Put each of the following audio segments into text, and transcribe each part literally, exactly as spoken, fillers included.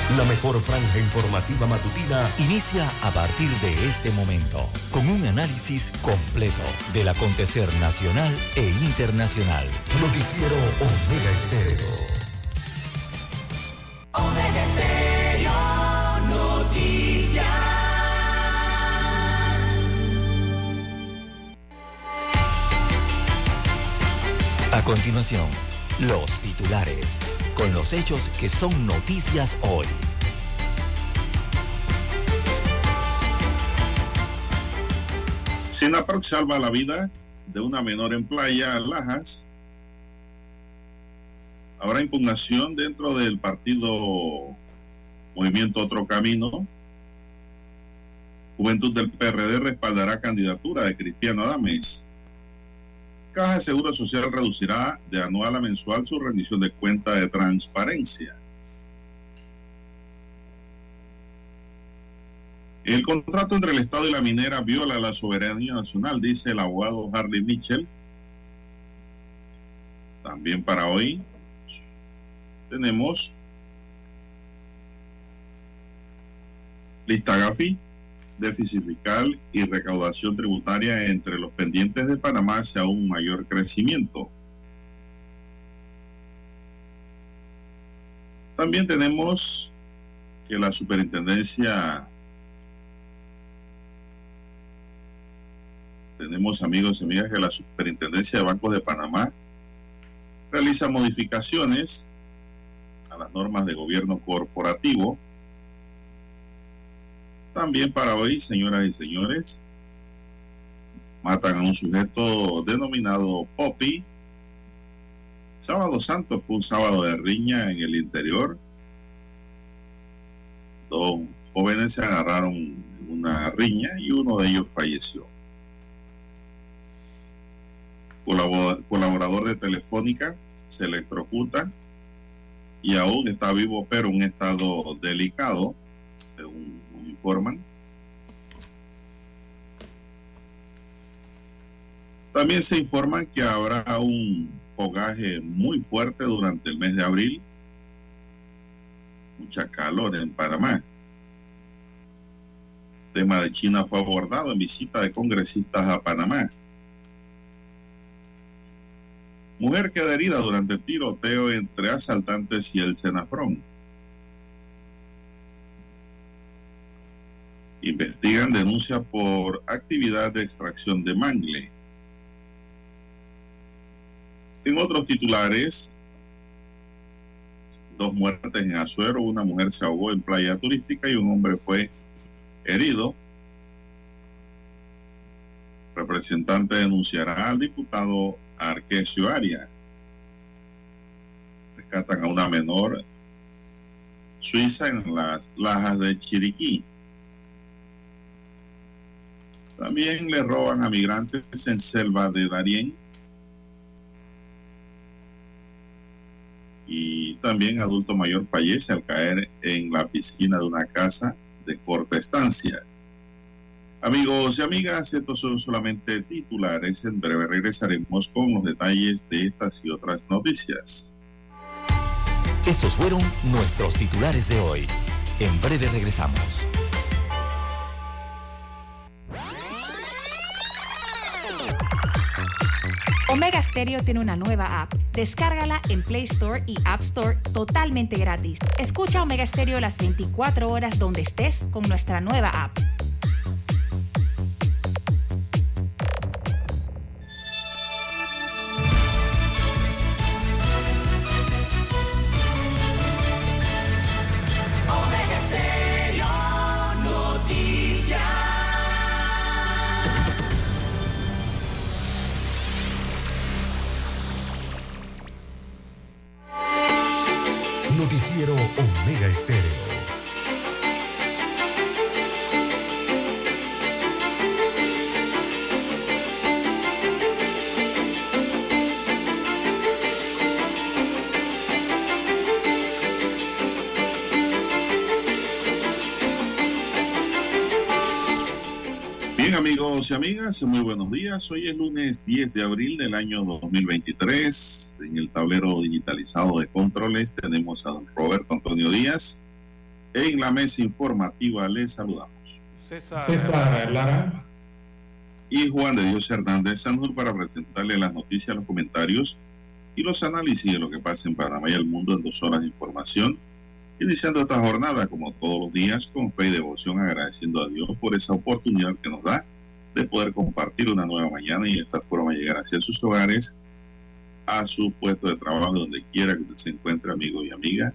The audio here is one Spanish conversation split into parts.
La mejor franja informativa matutina inicia a partir de este momento con un análisis completo del acontecer nacional e internacional. Noticiero Omega Estéreo. Omega Estéreo Noticias. A continuación, los titulares, con los hechos que son noticias hoy. SENAPROC salva la vida de una menor en Playa Lajas. Habrá impugnación dentro del partido Movimiento Otro Camino. Juventud del P R D respaldará candidatura de Cristiano Adames. Caja de Seguro Social reducirá de anual a mensual su rendición de cuenta de transparencia. El contrato entre el Estado y la minera viola la soberanía nacional, dice el abogado Harley Mitchell. También para hoy tenemos lista Gafi, déficit fiscal y recaudación tributaria entre los pendientes de Panamá hacia un mayor crecimiento. También tenemos que la superintendencia, tenemos amigos y amigas, que la superintendencia de bancos de Panamá realiza modificaciones a las normas de gobierno corporativo. También para hoy, señoras y señores, matan a un sujeto denominado Poppy. Sábado Santo fue un sábado de riña en el interior. Dos jóvenes se agarraron en una riña y uno de ellos falleció. Colaborador de Telefónica se electrocuta y aún está vivo, pero en un estado delicado, según informan. También se informa que habrá un fogaje muy fuerte durante el mes de abril. Mucha calor en Panamá. El tema de China fue abordado en visita de congresistas a Panamá. Mujer queda herida durante tiroteo entre asaltantes y el Senafrón. Investigan denuncia por actividad de extracción de mangle. En otros titulares, dos muertes en Azuero, una mujer se ahogó en playa turística y un hombre fue herido. Representante denunciará al diputado Arquesio Aria. Rescatan a una menor suiza en las Lajas de Chiriquí. También le roban a migrantes en Selva de Darién. Y también adulto mayor fallece al caer en la piscina de una casa de corta estancia. Amigos y amigas, estos son solamente titulares. En breve regresaremos con los detalles de estas y otras noticias. Estos fueron nuestros titulares de hoy. En breve regresamos. Omega Stereo tiene una nueva app. Descárgala en Play Store y App Store totalmente gratis. Escucha Omega Stereo las veinticuatro horas donde estés con nuestra nueva app. Noticiero Omega Estéreo. Bien, amigos y amigas, muy buenos días. Hoy es lunes diez de abril del año dos mil veintitrés. En el tablero digitalizado de controles tenemos a don Roberto Antonio Díaz En la mesa informativa les saludamos César, César Lara y Juan de Dios Hernández Sanjur para presentarle las noticias, los comentarios y los análisis de lo que pasa en Panamá y el mundo en dos horas de información, iniciando esta jornada como todos los días con fe y devoción, agradeciendo a Dios por esa oportunidad que nos da de poder compartir una nueva mañana y de esta forma llegar hacia sus hogares, a su puesto de trabajo, donde quiera que usted se encuentre, amigo y amiga.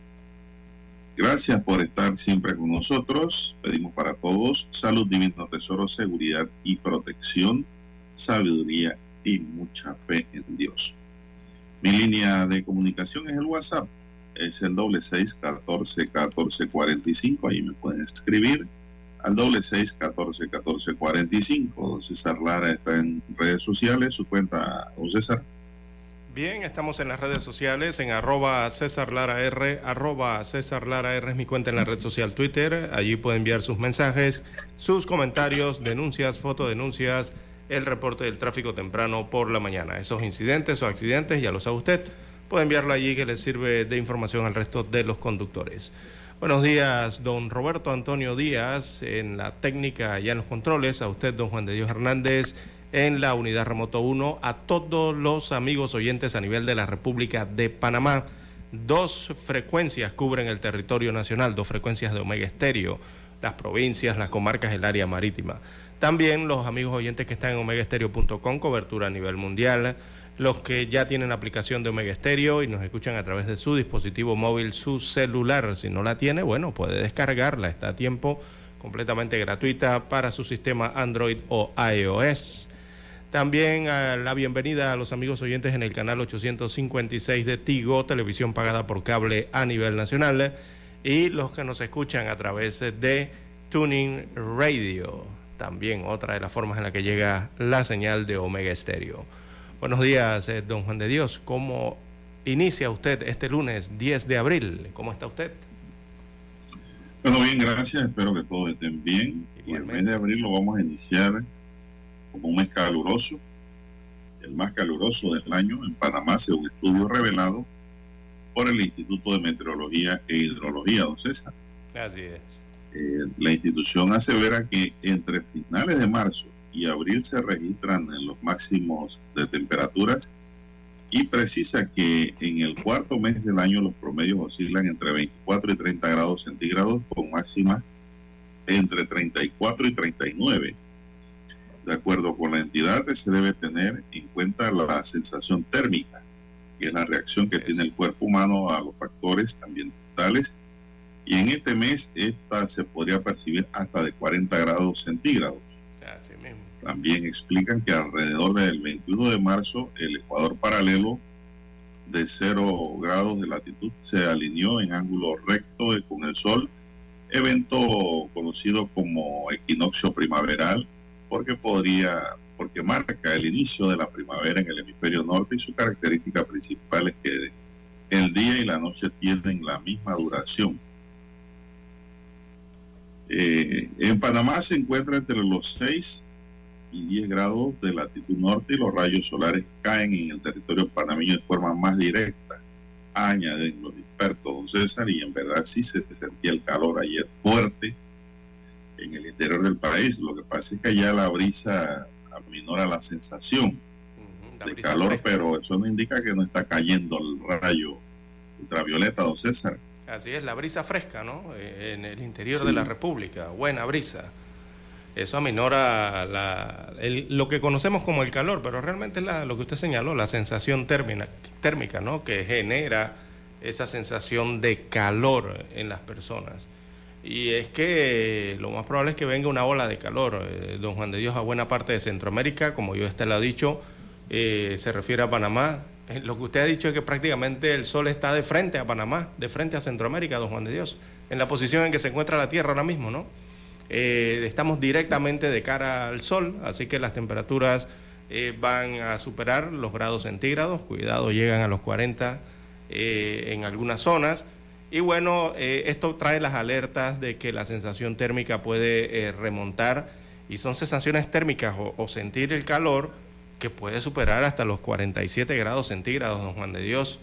Gracias por estar siempre con nosotros. Pedimos para todos salud, divino tesoro, seguridad y protección, sabiduría y mucha fe en Dios. Mi línea de comunicación es el WhatsApp, es el doble seis catorce catorce cuarenta y cinco. Ahí me pueden escribir al doble seis catorce catorce cuarenta y cinco. Don César Lara está en redes sociales, su cuenta, don César. Bien, estamos en las redes sociales, en arroba César Lara R, arroba César Lara R es mi cuenta en la red social Twitter. Allí puede enviar sus mensajes, sus comentarios, denuncias, fotodenuncias, el reporte del tráfico temprano por la mañana. Esos incidentes o accidentes, ya lo sabe usted, puede enviarlo allí, que le sirve de información al resto de los conductores. Buenos días, don Roberto Antonio Díaz, en la técnica y en los controles. A usted, don Juan de Dios Hernández, en la unidad remoto uno, a todos los amigos oyentes a nivel de la República de Panamá. Dos frecuencias cubren el territorio nacional, dos frecuencias de Omega Estéreo, las provincias, las comarcas, el área marítima. También los amigos oyentes que están en omega estéreo punto com, cobertura a nivel mundial, los que ya tienen la aplicación de Omega Estéreo y nos escuchan a través de su dispositivo móvil, su celular. Si no la tiene, bueno, puede descargarla, está a tiempo, completamente gratuita para su sistema Android o iOS. También a la bienvenida a los amigos oyentes en el canal ochocientos cincuenta y seis de Tigo, televisión pagada por cable a nivel nacional, y los que nos escuchan a través de Tuning Radio, también otra de las formas en la que llega la señal de Omega Estéreo. Buenos días, eh, don Juan de Dios, ¿cómo inicia usted este lunes diez de abril? ¿Cómo está usted? Bueno, bien, gracias, espero que todos estén bien. Igualmente. Y el mes de abril lo vamos a iniciar como un mes caluroso, el más caluroso del año en Panamá, según estudio revelado por el Instituto de Meteorología e Hidrología, don César. Así es. Eh, la institución asevera que entre finales de marzo y abril se registran en los máximos de temperaturas y precisa que en el cuarto mes del año los promedios oscilan entre veinticuatro y treinta grados centígrados, con máximas entre treinta y cuatro y treinta y nueve. De acuerdo con la entidad, se debe tener en cuenta la sensación térmica, que es la reacción que tiene el cuerpo humano a los factores ambientales, y en este mes esta se podría percibir hasta de cuarenta grados centígrados. Así mismo. También explican que alrededor del veintiuno de marzo el ecuador paralelo de cero grados de latitud se alineó en ángulo recto con el Sol, evento conocido como equinoccio primaveral, porque podría, porque marca el inicio de la primavera en el hemisferio norte, y su característica principal es que el día y la noche tienen la misma duración. Eh, en Panamá se encuentra entre los seis y diez grados de latitud norte, y los rayos solares caen en el territorio panameño de forma más directa, añaden los expertos, don César, y en verdad sí se sentía el calor ayer fuerte en el interior del país. Lo que pasa es que allá la brisa aminora la sensación uh-huh, la de calor, fresca. Pero eso no indica que no está cayendo el rayo ultravioleta, don César. Así es, la brisa fresca, ¿no? En el interior sí. de la República, buena brisa. Eso aminora la, el, lo que conocemos como el calor, pero realmente es la, lo que usted señaló, la sensación térmica, térmica, ¿no? Que genera esa sensación de calor en las personas. Y es que lo más probable es que venga una ola de calor, eh, don Juan de Dios, a buena parte de Centroamérica, como yo usted lo ha dicho, eh, se refiere a Panamá. Eh, lo que usted ha dicho es que prácticamente el sol está de frente a Panamá, de frente a Centroamérica, don Juan de Dios, en la posición en que se encuentra la Tierra ahora mismo, ¿no? Eh, estamos directamente de cara al sol, así que las temperaturas eh, van a superar los grados centígrados, cuidado, llegan a los cuarenta eh, en algunas zonas. Y bueno, eh, esto trae las alertas de que la sensación térmica puede eh, remontar, y son sensaciones térmicas o, o sentir el calor que puede superar hasta los cuarenta y siete grados centígrados, don Juan de Dios,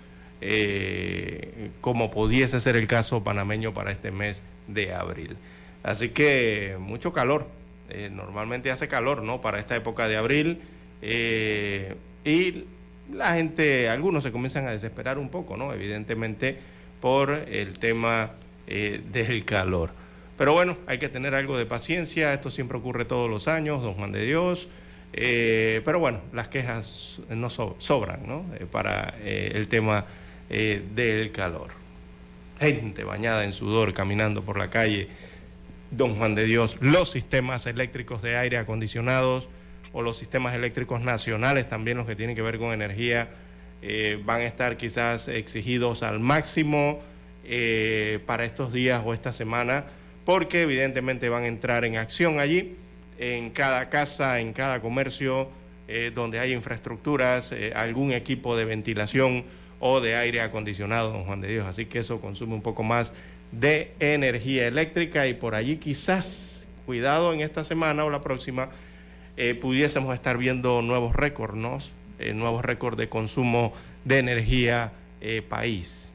eh, como pudiese ser el caso panameño para este mes de abril. Así que mucho calor, eh, normalmente hace calor, ¿no?, para esta época de abril, eh, y la gente, algunos se comienzan a desesperar un poco, ¿no?, evidentemente por el tema eh, del calor. Pero bueno, hay que tener algo de paciencia, esto siempre ocurre todos los años, don Juan de Dios, eh, pero bueno, las quejas no so- sobran, ¿no?, eh, para eh, el tema eh, del calor. Gente bañada en sudor caminando por la calle, don Juan de Dios. Los sistemas eléctricos de aire acondicionados o los sistemas eléctricos nacionales, también los que tienen que ver con energía, eh, van a estar quizás exigidos al máximo eh, para estos días o esta semana, porque evidentemente van a entrar en acción allí, en cada casa, en cada comercio, eh, donde hay infraestructuras, eh, algún equipo de ventilación o de aire acondicionado, don Juan de Dios. Así que eso consume un poco más de energía eléctrica, y por allí quizás, cuidado, en esta semana o la próxima, eh, pudiésemos estar viendo nuevos récords, ¿no? Eh, nuevos récords de consumo de energía eh, país.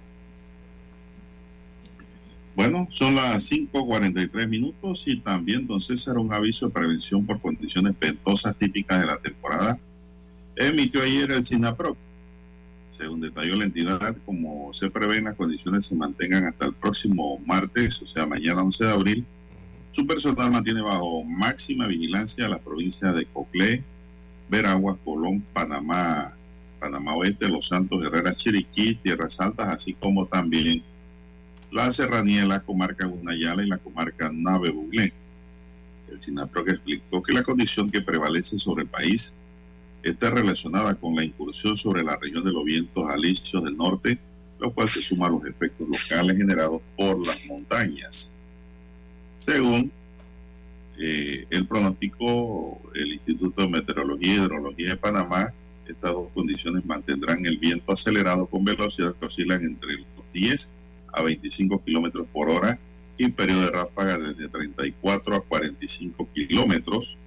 Bueno, son las cinco cuarenta y tres minutos y también, don César, un aviso de prevención por condiciones ventosas típicas de la temporada emitió ayer el SINAPROC. Según detalló la entidad, como se prevé, las condiciones se mantengan hasta el próximo martes, o sea, mañana once de abril. Su personal mantiene bajo máxima vigilancia las provincias de Coclé, Veraguas, Colón, Panamá, Panamá Oeste, Los Santos, Herrera, Chiriquí, Tierras Altas, así como también la serranía de la comarca Gunayala y la comarca Nave Buglé. El SINAPROC explicó que la condición que prevalece sobre el país está relacionada con la incursión sobre la región de los vientos alisios del norte, lo cual se suma a los efectos locales generados por las montañas. Según eh, el pronóstico, el Instituto de Meteorología y Hidrología de Panamá, estas dos condiciones mantendrán el viento acelerado con velocidades que oscilan entre los diez a veinticinco kilómetros por hora y periodo de ráfaga desde treinta y cuatro a cuarenta y cinco kilómetros.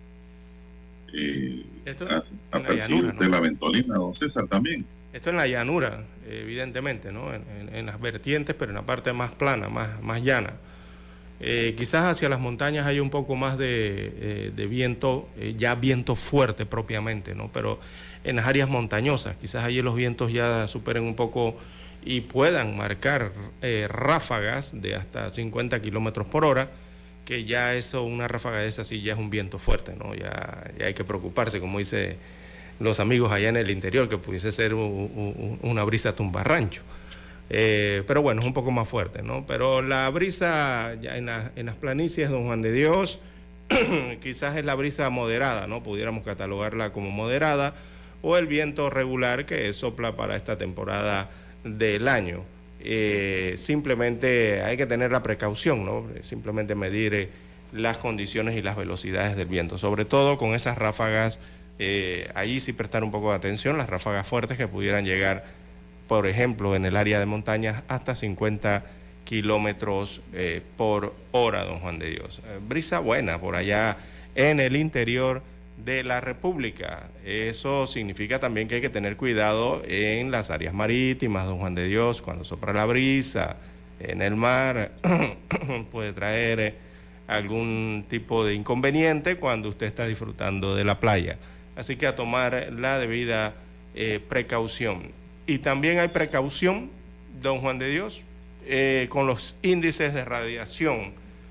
Eh, a percibir de la ventolina, don César, también. Esto en la llanura, evidentemente, ¿no? En, en, en las vertientes, pero en la parte más plana, más, más llana. Eh, quizás hacia las montañas hay un poco más de, eh, de viento, eh, ya viento fuerte propiamente, ¿no? Pero en las áreas montañosas, quizás allí los vientos ya superen un poco y puedan marcar eh, ráfagas de hasta cincuenta kilómetros por hora, que ya eso, una ráfaga de esas sí ya es un viento fuerte, ¿no? Ya, ya hay que preocuparse, como dice los amigos allá en el interior, que pudiese ser un, un, una brisa tumbarrancho. Eh, pero bueno, es un poco más fuerte, ¿no? Pero la brisa ya en, la, en las planicies, don Juan de Dios, quizás es la brisa moderada, ¿no? Pudiéramos catalogarla como moderada, o el viento regular que sopla para esta temporada del año. Eh, simplemente hay que tener la precaución, ¿no? Simplemente medir eh, las condiciones y las velocidades del viento, sobre todo con esas ráfagas, eh, ahí sí prestar un poco de atención, las ráfagas fuertes que pudieran llegar, por ejemplo, en el área de montañas hasta cincuenta kilómetros eh, por hora, don Juan de Dios. Eh, brisa buena por allá en el interior de la República. Eso significa también que hay que tener cuidado en las áreas marítimas, don Juan de Dios, cuando sopla la brisa en el mar puede traer algún tipo de inconveniente cuando usted está disfrutando de la playa. Así que a tomar la debida eh, precaución. Y también hay precaución, don Juan de Dios, eh, con los índices de radiación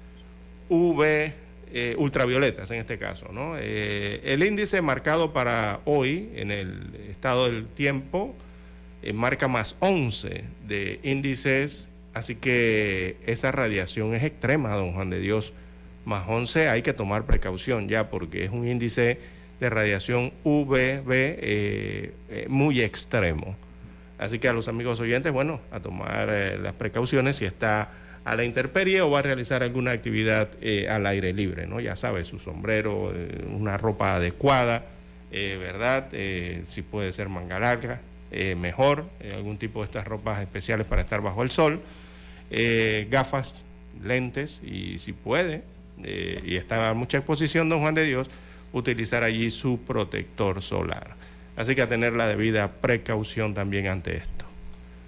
U V, eh, ultravioletas en este caso, ¿no? Eh, el índice marcado para hoy en el estado del tiempo eh, marca más once de índices, así que esa radiación es extrema, don Juan de Dios. Más once, hay que tomar precaución ya, porque es un índice de radiación U V B eh, eh, muy extremo. Así que a los amigos oyentes, bueno, a tomar eh, las precauciones si está a la intemperie o va a realizar alguna actividad eh, al aire libre, ¿no? Ya sabe, su sombrero, eh, una ropa adecuada, eh, ¿verdad? Eh, si puede ser manga larga, eh, mejor, eh, algún tipo de estas ropas especiales para estar bajo el sol, eh, gafas, lentes y si puede, eh, y está a mucha exposición, don Juan de Dios, utilizar allí su protector solar. Así que a tener la debida precaución también ante esto.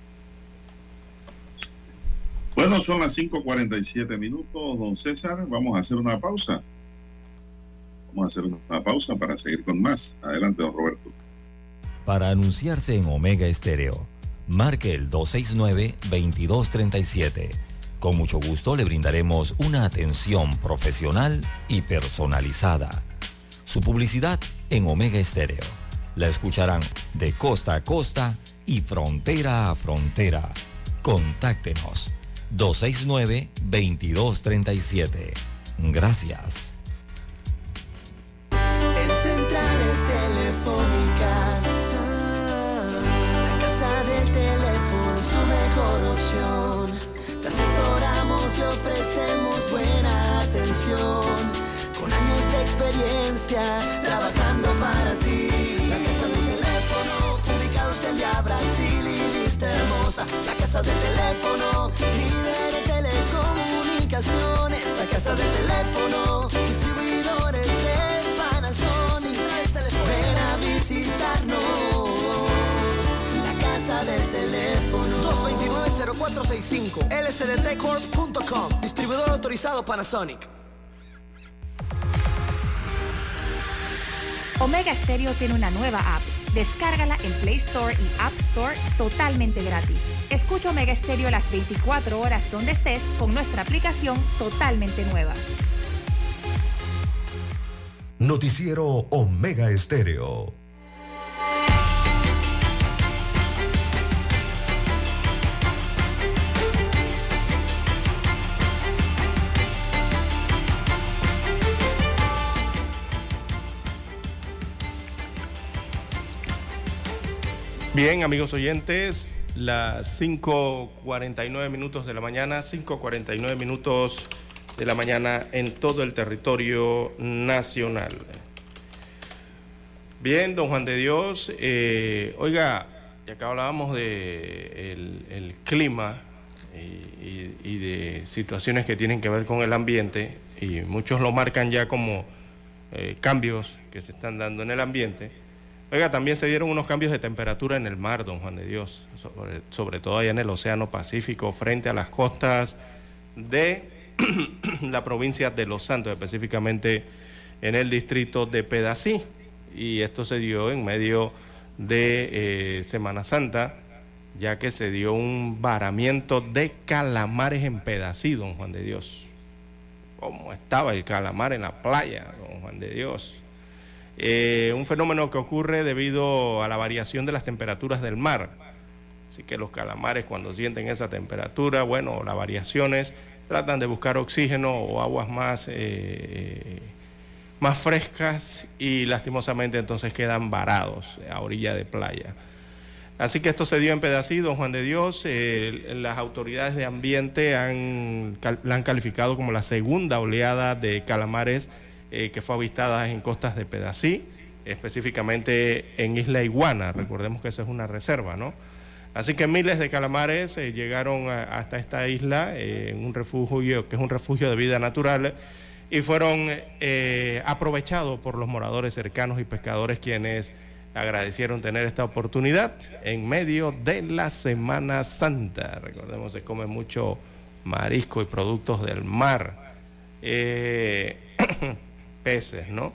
Bueno, son las cinco cuarenta y siete minutos, don César. Vamos a hacer una pausa. Vamos a hacer una pausa para seguir con más. Adelante, don Roberto. Para anunciarse en Omega Estéreo, marque el dos seis nueve, veintidós treinta y siete. Con mucho gusto le brindaremos una atención profesional y personalizada. Su publicidad en Omega Estéreo. La escucharán de costa a costa y frontera a frontera. Contáctenos dos seis nueve, veintidós treinta y siete. Gracias. En centrales telefónicas, la casa del teléfono es tu mejor opción. Te asesoramos y ofrecemos buena atención, con años de experiencia trabajando para ti. La casa del teléfono, ubicados en Vía Brasil y Vista Hermosa. La casa del teléfono, líder de telecomunicaciones. La casa del teléfono, distribuidores de Panasonic. Ven a visitarnos. La casa del teléfono. dos dos nueve, cero cuatro seis cinco. L C D T corp punto com. Distribuidor autorizado Panasonic. Omega Stereo tiene una nueva app. Descárgala en Play Store y App Store totalmente gratis. Escucha Omega Stereo las veinticuatro horas donde estés con nuestra aplicación totalmente nueva. Noticiero Omega Estéreo. Bien, amigos oyentes, las cinco cuarenta y nueve minutos de la mañana, cinco cuarenta y nueve minutos de la mañana en todo el territorio nacional. Bien, don Juan de Dios, eh, oiga, ya que hablábamos de el, el clima y, y, y de situaciones que tienen que ver con el ambiente, y muchos lo marcan ya como eh, cambios que se están dando en el ambiente. Oiga, también se dieron unos cambios de temperatura en el mar, don Juan de Dios, sobre, sobre todo allá en el Océano Pacífico, frente a las costas de la provincia de Los Santos, específicamente en el distrito de Pedací. Y esto se dio en medio de eh, Semana Santa, ya que se dio un varamiento de calamares en Pedací, don Juan de Dios. ¿Cómo estaba el calamar en la playa, don Juan de Dios? Eh, un fenómeno que ocurre debido a la variación de las temperaturas del mar. Así que los calamares, cuando sienten esa temperatura, bueno, las variaciones, tratan de buscar oxígeno o aguas más, eh, más frescas y lastimosamente entonces quedan varados a orilla de playa. Así que esto se dio en Pedací, don Juan de Dios. Eh, las autoridades de ambiente han, la han calificado como la segunda oleada de calamares Eh, que fue avistada en costas de Pedací, específicamente en Isla Iguana. Recordemos que esa es una reserva, ¿no? Así que miles de calamares eh, llegaron a, hasta esta isla, eh, en un refugio que es un refugio de vida natural, y fueron eh, aprovechados por los moradores cercanos y pescadores, quienes agradecieron tener esta oportunidad en medio de la Semana Santa. Recordemos, se come mucho marisco y productos del mar. Eh, peces, ¿no?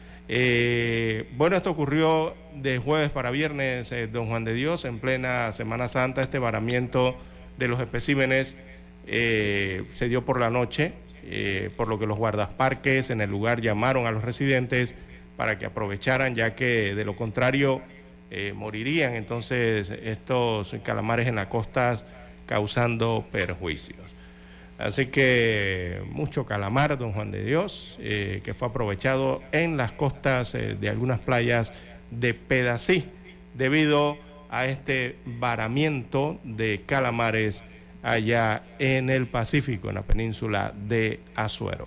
Eh, bueno, esto ocurrió de jueves para viernes, eh, don Juan de Dios, en plena Semana Santa. Este varamiento de los especímenes eh, se dio por la noche, eh, por lo que los guardaparques en el lugar llamaron a los residentes para que aprovecharan, ya que de lo contrario eh, morirían entonces estos calamares en las costas, causando perjuicios. Así que mucho calamar, don Juan de Dios, eh, que fue aprovechado en las costas eh, de algunas playas de Pedací, debido a este varamiento de calamares allá en el Pacífico, en la península de Azuero.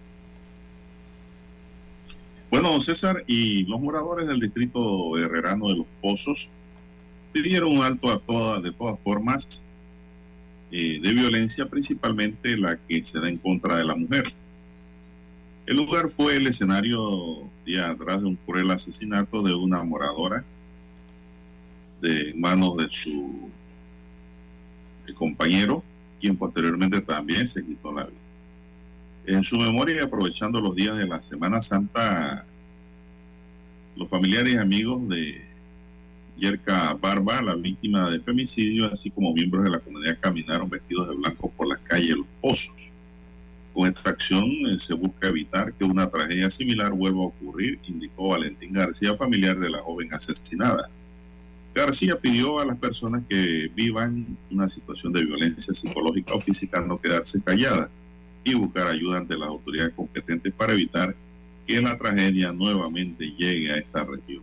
Bueno, César, y los moradores del distrito herrerano de Los Pozos pidieron un alto a todas, de todas formas, Eh, de violencia, principalmente la que se da en contra de la mujer. El lugar fue el escenario día atrás de un cruel asesinato de una moradora de manos de su de compañero, quien posteriormente también se quitó la vida. En su memoria y aprovechando los días de la Semana Santa, los familiares y amigos de Yerka Barba, la víctima de femicidio, así como miembros de la comunidad, caminaron vestidos de blanco por las calles de Los Pozos. Con esta acción eh, se busca evitar que una tragedia similar vuelva a ocurrir, indicó Valentín García, familiar de la joven asesinada. García pidió a las personas que vivan una situación de violencia psicológica o física no quedarse calladas y buscar ayuda ante las autoridades competentes para evitar que la tragedia nuevamente llegue a esta región.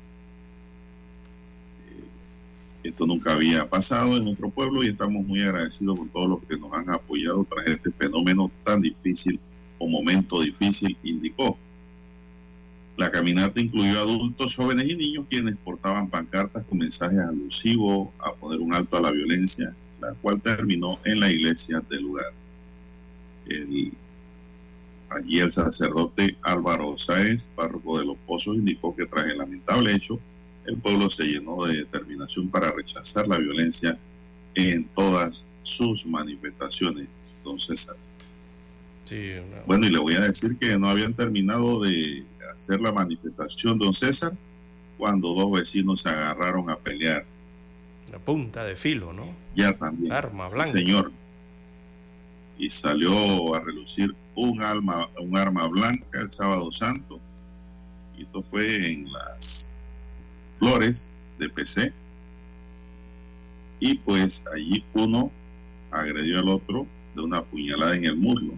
Eh, esto nunca había pasado en nuestro pueblo y estamos muy agradecidos con todos los que nos han apoyado tras este fenómeno tan difícil o momento difícil, indicó. La caminata incluyó adultos, jóvenes y niños quienes portaban pancartas con mensajes alusivos a poner un alto a la violencia, la cual terminó en la iglesia del lugar. El, allí el sacerdote Álvaro Sáenz, párroco de Los Pozos, indicó que tras el lamentable hecho, el pueblo se llenó de determinación para rechazar la violencia en todas sus manifestaciones. Don César. Sí, no. Bueno, y le voy a decir que no habían terminado de hacer la manifestación, don César, cuando dos vecinos se agarraron a pelear. La punta de filo, ¿no? Ya también. Arma Sí, blanca. señor. Y salió a relucir un arma, un arma blanca el sábado santo. Y esto fue en las Flores de P C. Y pues allí uno agredió al otro de una puñalada en el muslo.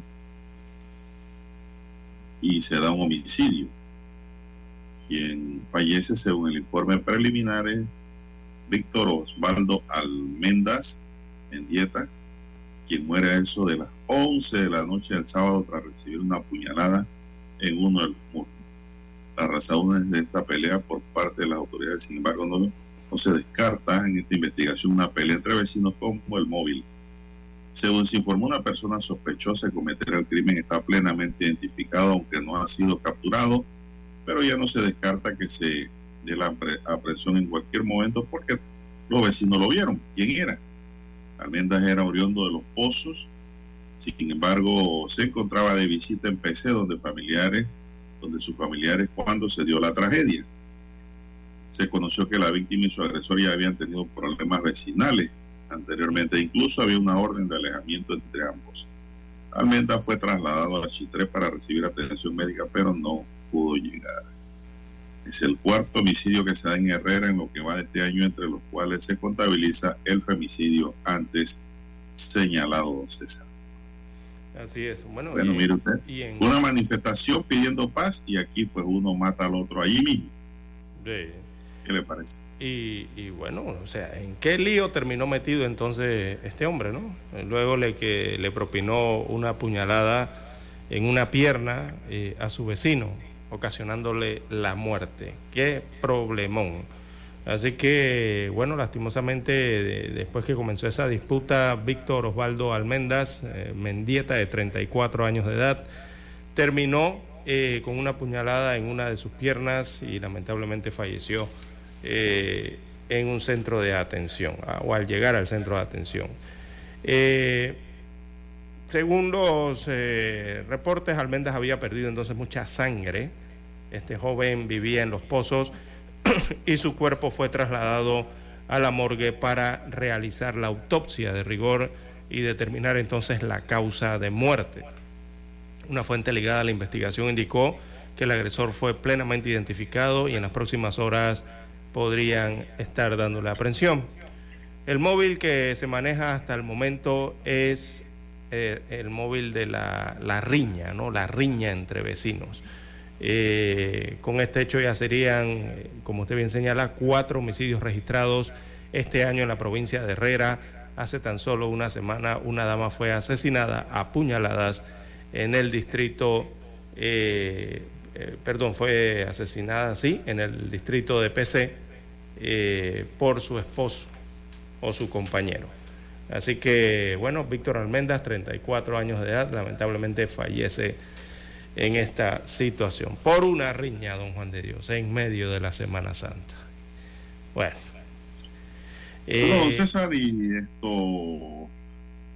Y se da un homicidio. Quien fallece, según el informe preliminar, es Víctor Osvaldo Almendas Mendieta, quien muere a eso de las once de la noche del sábado tras recibir una puñalada en uno de los muslos. Las razones de esta pelea por parte de las autoridades, sin embargo, no, no se descarta en esta investigación una pelea entre vecinos como el móvil. Según se informó, una persona sospechosa de cometer el crimen está plenamente identificada, aunque no ha sido capturado, pero ya no se descarta que se dé la aprehensión en cualquier momento porque los vecinos lo vieron. ¿Quién era? Almendas era oriundo de Los Pozos, sin embargo, se encontraba de visita en P C, donde familiares, donde sus familiares, cuando se dio la tragedia. Se conoció que la víctima y su agresor ya habían tenido problemas vecinales anteriormente, incluso había una orden de alejamiento entre ambos. Almendas fue trasladado a Chitré para recibir atención médica, pero no pudo llegar. Es el cuarto homicidio que se da en Herrera en lo que va de este año, entre los cuales se contabiliza el femicidio antes señalado, don César. Así es. Bueno, bueno y, mire usted, y en... una manifestación pidiendo paz y aquí pues uno mata al otro allí mismo. Sí. ¿Qué le parece? Y, y bueno, o sea, ¿en qué lío terminó metido entonces este hombre, no? Luego le que le propinó una puñalada en una pierna eh, a su vecino, ocasionándole la muerte. Qué problemón. Así que, bueno, lastimosamente, de, después que comenzó esa disputa, Víctor Osvaldo Almendas eh, Mendieta, de treinta y cuatro años de edad, terminó eh, con una puñalada en una de sus piernas y lamentablemente falleció eh, en un centro de atención, o al llegar al centro de atención. Eh, según los eh, reportes, Almendas había perdido entonces mucha sangre. Este joven vivía en Los Pozos y su cuerpo fue trasladado a la morgue para realizar la autopsia de rigor y determinar entonces la causa de muerte. Una fuente ligada a la investigación indicó que el agresor fue plenamente identificado y en las próximas horas podrían estar dándole aprehensión. El móvil que se maneja hasta el momento es eh, el móvil de la, la riña, ¿no? La riña entre vecinos. Eh, con este hecho ya serían, como usted bien señala, cuatro homicidios registrados este año en la provincia de Herrera. Hace tan solo una semana una dama fue asesinada a puñaladas en el distrito, eh, eh, perdón, fue asesinada, sí, en el distrito de P C eh, por su esposo o su compañero. Así que, bueno, Víctor Almendas, treinta y cuatro años de edad, lamentablemente fallece en esta situación por una riña, don Juan de Dios, en medio de la Semana Santa. Bueno, eh, bueno, don César, y esto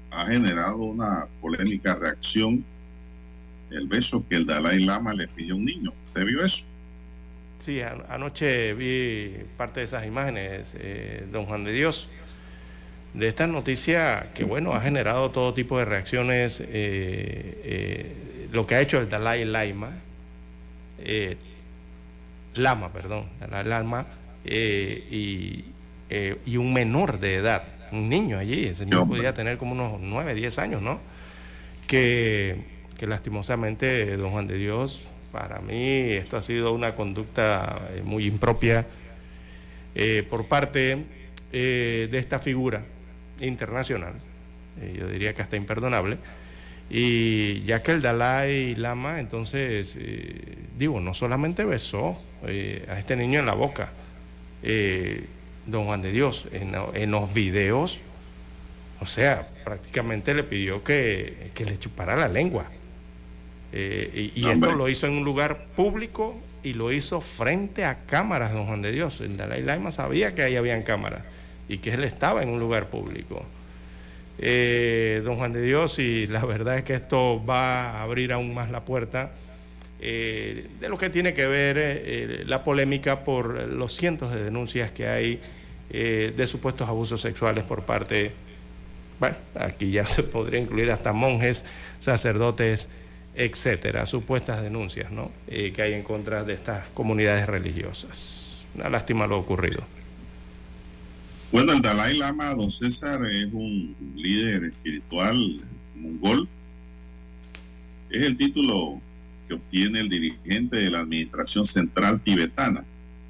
ha generado una polémica reacción el beso que el Dalai Lama le pidió a un niño. ¿Usted vio eso? Sí, an- anoche vi parte de esas imágenes, eh, don Juan de Dios, de esta noticia que, bueno, ha generado todo tipo de reacciones. eh, eh, lo que ha hecho el Dalai Lama, eh, Lama, perdón, Dalai Lama, eh, y, eh, y un menor de edad, un niño allí, ese niño Hombre. podía tener como unos nueve, diez años, ¿no? Que, que lastimosamente, don Juan de Dios, para mí esto ha sido una conducta eh, muy impropia eh, por parte eh, de esta figura internacional, eh, yo diría que hasta imperdonable, y ya que el Dalai Lama, entonces, eh, digo, no solamente besó eh, a este niño en la boca, eh, don Juan de Dios, en, en los videos, o sea, prácticamente le pidió que, que le chupara la lengua. Eh, y y Hombre. esto lo hizo en un lugar público y lo hizo frente a cámaras, don Juan de Dios. El Dalai Lama sabía que ahí habían cámaras y que él estaba en un lugar público. Eh, don Juan de Dios, y la verdad es que esto va a abrir aún más la puerta eh, de lo que tiene que ver eh, la polémica por los cientos de denuncias que hay eh, de supuestos abusos sexuales por parte, bueno, aquí ya se podría incluir hasta monjes, sacerdotes, etcétera, supuestas denuncias, ¿no? Eh, que hay en contra de estas comunidades religiosas. Una lástima lo ocurrido. Bueno, el Dalai Lama, don César, es un líder espiritual mongol. Es el título que obtiene el dirigente de la administración central tibetana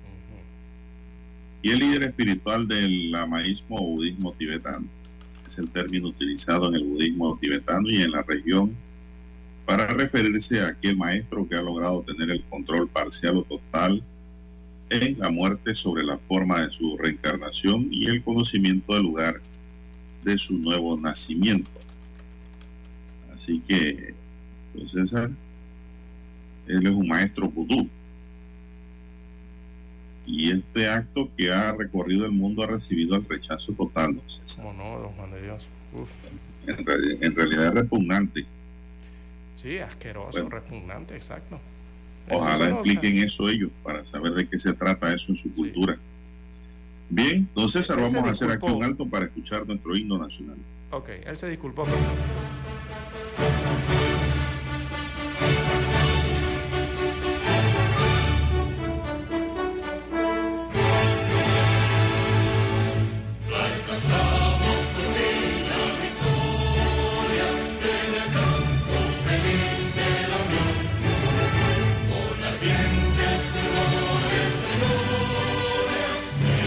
y el líder espiritual del lamaísmo o budismo tibetano. Es el término utilizado en el budismo tibetano y en la región para referirse a aquel maestro que ha logrado tener el control parcial o total en la muerte sobre la forma de su reencarnación y el conocimiento del lugar de su nuevo nacimiento. Así que, don César, él es un maestro vudú. Y este acto que ha recorrido el mundo ha recibido el rechazo total, don César. ¿Cómo no, don Juan de Dios? Uf. En, reali- en realidad es repugnante. Sí, asqueroso, Bueno. repugnante, exacto. Ojalá Eso no, expliquen o sea, eso ellos para saber de qué se trata eso en su Sí. cultura. Bien, don César, Él se vamos a hacer aquí disculpó. un alto para escuchar nuestro himno nacional. Ok, él se disculpó. Pero...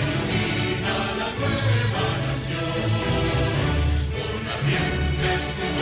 Con ardientes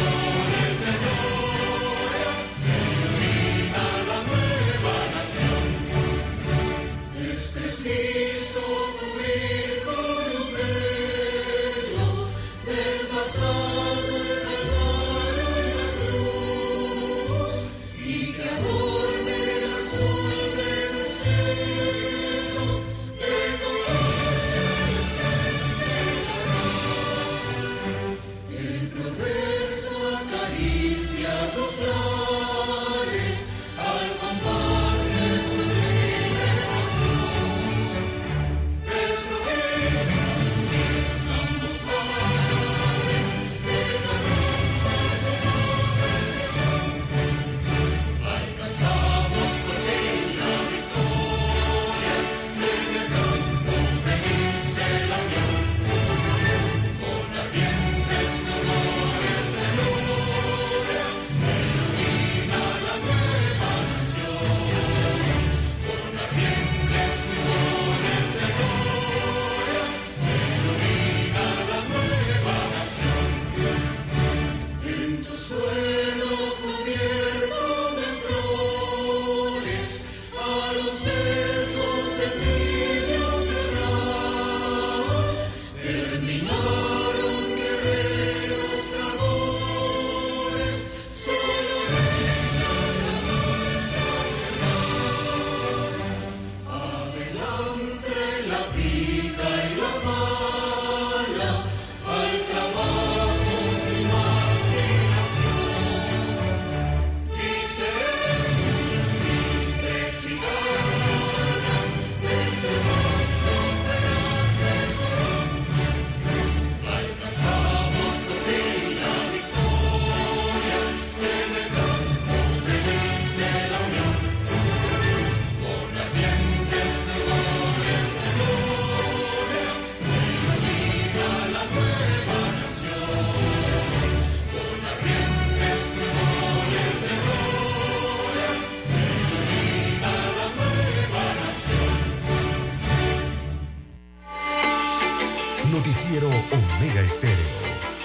Estéreo.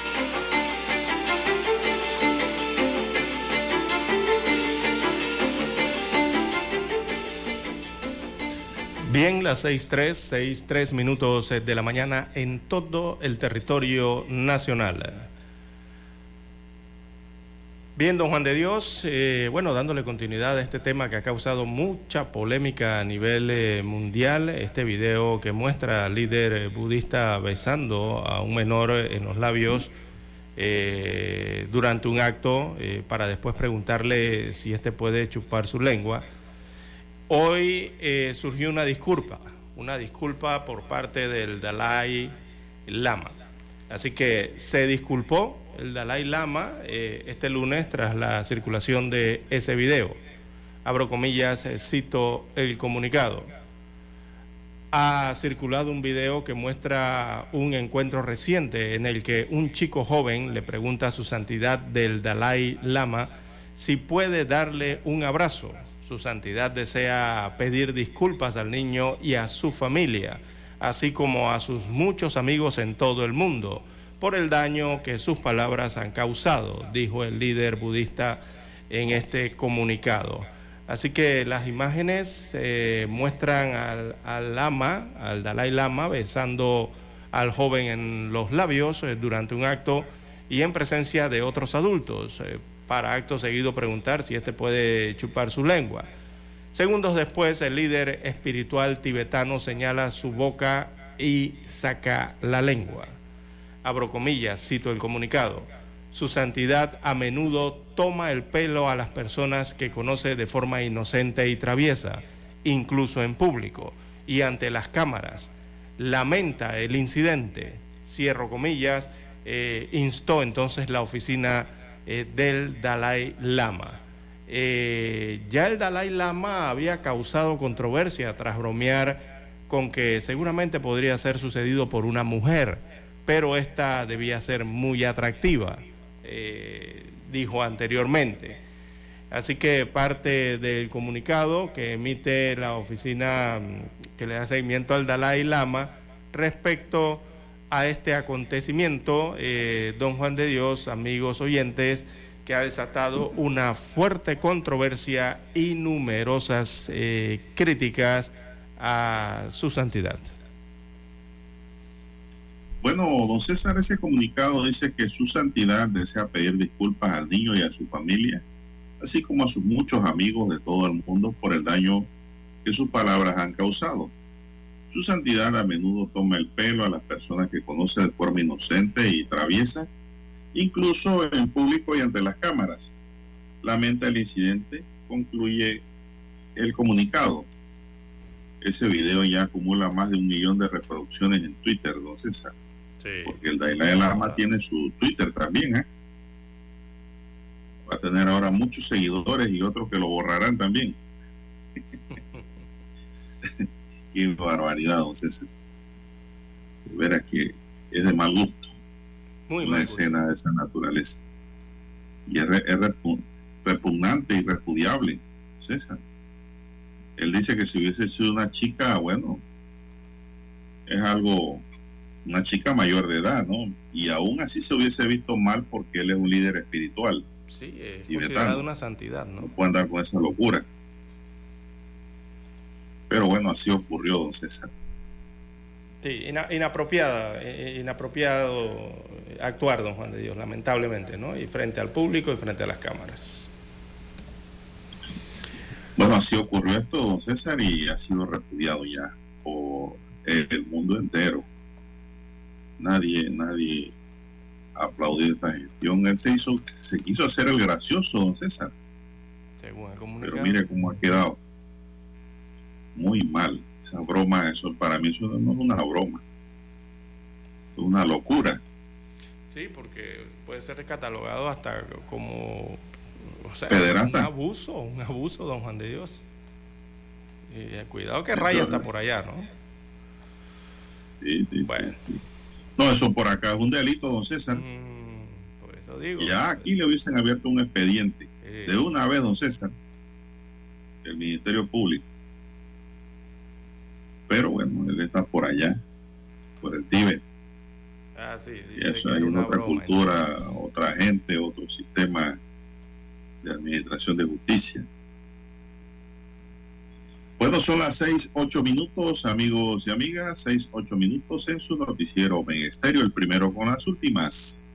Bien, las seis tres, seis tres minutos de la mañana en todo el territorio nacional. Bien, don Juan de Dios, eh, bueno, dándole continuidad a este tema que ha causado mucha polémica a nivel eh, mundial, este video que muestra al líder budista besando a un menor en los labios eh, durante un acto eh, para después preguntarle si éste puede chupar su lengua. Hoy eh, surgió una disculpa, una disculpa por parte del Dalai Lama. Así que se disculpó el Dalai Lama eh, este lunes tras la circulación de ese video. Abro comillas, eh, cito el comunicado. Ha circulado un video que muestra un encuentro reciente en el que un chico joven le pregunta a su santidad del Dalai Lama si puede darle un abrazo. Su santidad desea pedir disculpas al niño y a su familia, así como a sus muchos amigos en todo el mundo, por el daño que sus palabras han causado, dijo el líder budista en este comunicado. Así que las imágenes eh, muestran al, al Lama, al Dalai Lama, besando al joven en los labios eh, durante un acto y en presencia de otros adultos, eh, para acto seguido preguntar si éste puede chupar su lengua. Segundos después, el líder espiritual tibetano señala su boca y saca la lengua. Abro comillas, cito el comunicado. Su santidad a menudo toma el pelo a las personas que conoce de forma inocente y traviesa, incluso en público y ante las cámaras. Lamenta el incidente, cierro comillas, eh, instó entonces la oficina eh, del Dalai Lama. Eh, ya el Dalai Lama había causado controversia tras bromear con que seguramente podría ser sucedido por una mujer, pero esta debía ser muy atractiva, eh, dijo anteriormente. Así que parte del comunicado que emite la oficina que le da seguimiento al Dalai Lama respecto a este acontecimiento, eh, don Juan de Dios, amigos oyentes, que ha desatado una fuerte controversia y numerosas eh, críticas a su santidad. Bueno, don César, ese comunicado dice que su santidad desea pedir disculpas al niño y a su familia, así como a sus muchos amigos de todo el mundo por el daño que sus palabras han causado. Su santidad a menudo toma el pelo a las personas que conoce de forma inocente y traviesa, incluso en público y ante las cámaras. Lamenta el incidente, concluye el comunicado. Ese video ya acumula más de un millón de reproducciones en Twitter, don César. Sí. Porque el Dalai Lama tiene su Twitter también, ¿eh? Va a tener ahora muchos seguidores y otros que lo borrarán también. Qué barbaridad, don César. De veras que es de mal gusto. Muy una escena gusto de esa naturaleza. Y es, re, es repugnante y repudiable, César. Él dice que si hubiese sido una chica, bueno, es algo, una chica mayor de edad, ¿no? Y aún así se hubiese visto mal porque él es un líder espiritual. Sí, es considerado una santidad, ¿no? No puede andar con esa locura. Pero bueno, así ocurrió, don César. Sí, inapropiada, inapropiado actuar, don Juan de Dios, lamentablemente, ¿no? Y frente al público y frente a las cámaras. Bueno, así ocurrió esto, don César, y ha sido repudiado ya por el mundo entero. Nadie, nadie ha aplaudido esta gestión. Él se hizo, se quiso hacer el gracioso, don César. Según el comunicado. Pero mire cómo ha quedado. Muy mal. Esa broma, eso para mí eso no es una broma. Es una locura. Sí, porque puede ser catalogado hasta como, o sea, pederasta. Un abuso, un abuso, don Juan de Dios. Y cuidado que Raya está por allá, ¿no? Sí, sí. Bueno. Sí, sí. No, eso por acá es un delito, don César. Mm, por eso digo. Ya aquí le hubiesen abierto un expediente. Eh. De una vez, don César. El Ministerio Público. Pero bueno, él está por allá, por el Tíbet. Ah, sí, y eso hay una otra broma, cultura, entonces. Otra gente, otro sistema de administración de justicia. Bueno, son las seis, ocho minutos, amigos y amigas, seis, ocho minutos en su noticiero Omega Estéreo, el primero con las últimas.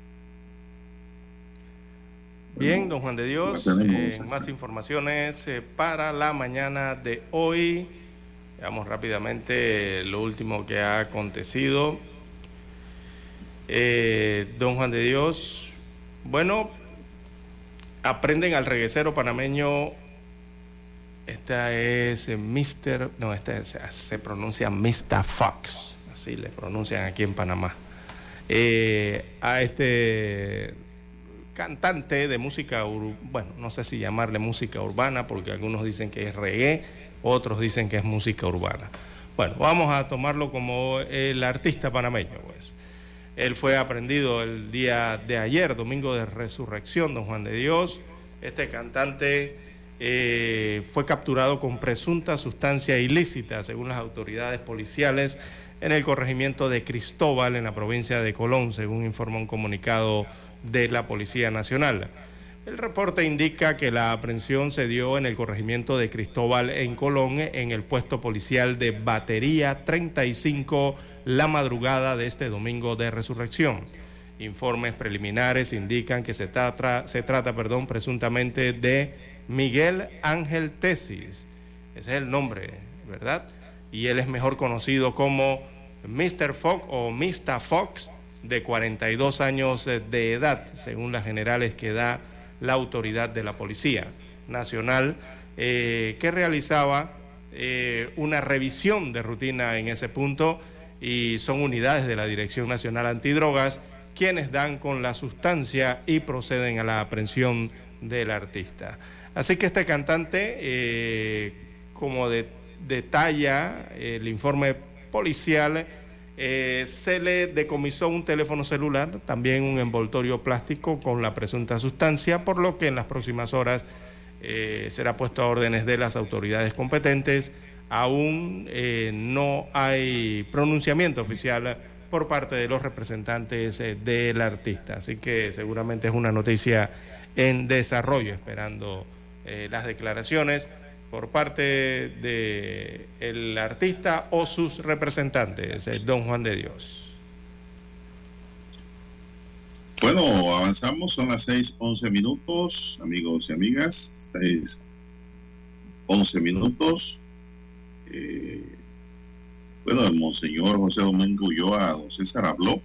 Bien, bueno, don Juan de Dios, eh, más informaciones eh, para la mañana de hoy. Veamos rápidamente lo último que ha acontecido. Eh, don Juan de Dios, bueno, aprenden al reguecero panameño. Esta es mister No, esta es, se pronuncia mister Fox, así le pronuncian aquí en Panamá. Eh, a este cantante de música, bueno, no sé si llamarle música urbana, porque algunos dicen que es reggae, otros dicen que es música urbana. Bueno, vamos a tomarlo como el artista panameño, pues. Él fue aprehendido el día de ayer, domingo de resurrección, don Juan de Dios. Este cantante Eh, fue capturado con presunta sustancia ilícita, según las autoridades policiales, en el corregimiento de Cristóbal, en la provincia de Colón, según informa un comunicado de la Policía Nacional. El reporte indica que la aprehensión se dio en el corregimiento de Cristóbal, en Colón, en el puesto policial de Batería treinta y cinco, la madrugada de este domingo de resurrección. Informes preliminares indican que se trata, se trata perdón, presuntamente de Miguel Ángel Tesis, ese es el nombre, ¿verdad? Y él es mejor conocido como mister Fox o mister Fox, de cuarenta y dos años de edad, según las generales que da la autoridad de la Policía Nacional, eh, que realizaba eh, una revisión de rutina en ese punto, y son unidades de la Dirección Nacional Antidrogas quienes dan con la sustancia y proceden a la aprehensión del artista. Así que este cantante, eh, como de, detalla el informe policial, eh, se le decomisó un teléfono celular, también un envoltorio plástico con la presunta sustancia, por lo que en las próximas horas eh, será puesto a órdenes de las autoridades competentes. Aún eh, no hay pronunciamiento oficial por parte de los representantes eh, del artista, así que seguramente es una noticia en desarrollo, esperando Eh, las declaraciones por parte del artista o sus representantes, el don Juan de Dios. Bueno, avanzamos, son las seis, once minutos, amigos y amigas, seis, once minutos. Eh, bueno, el monseñor José Domingo Ulloa, don César, habló.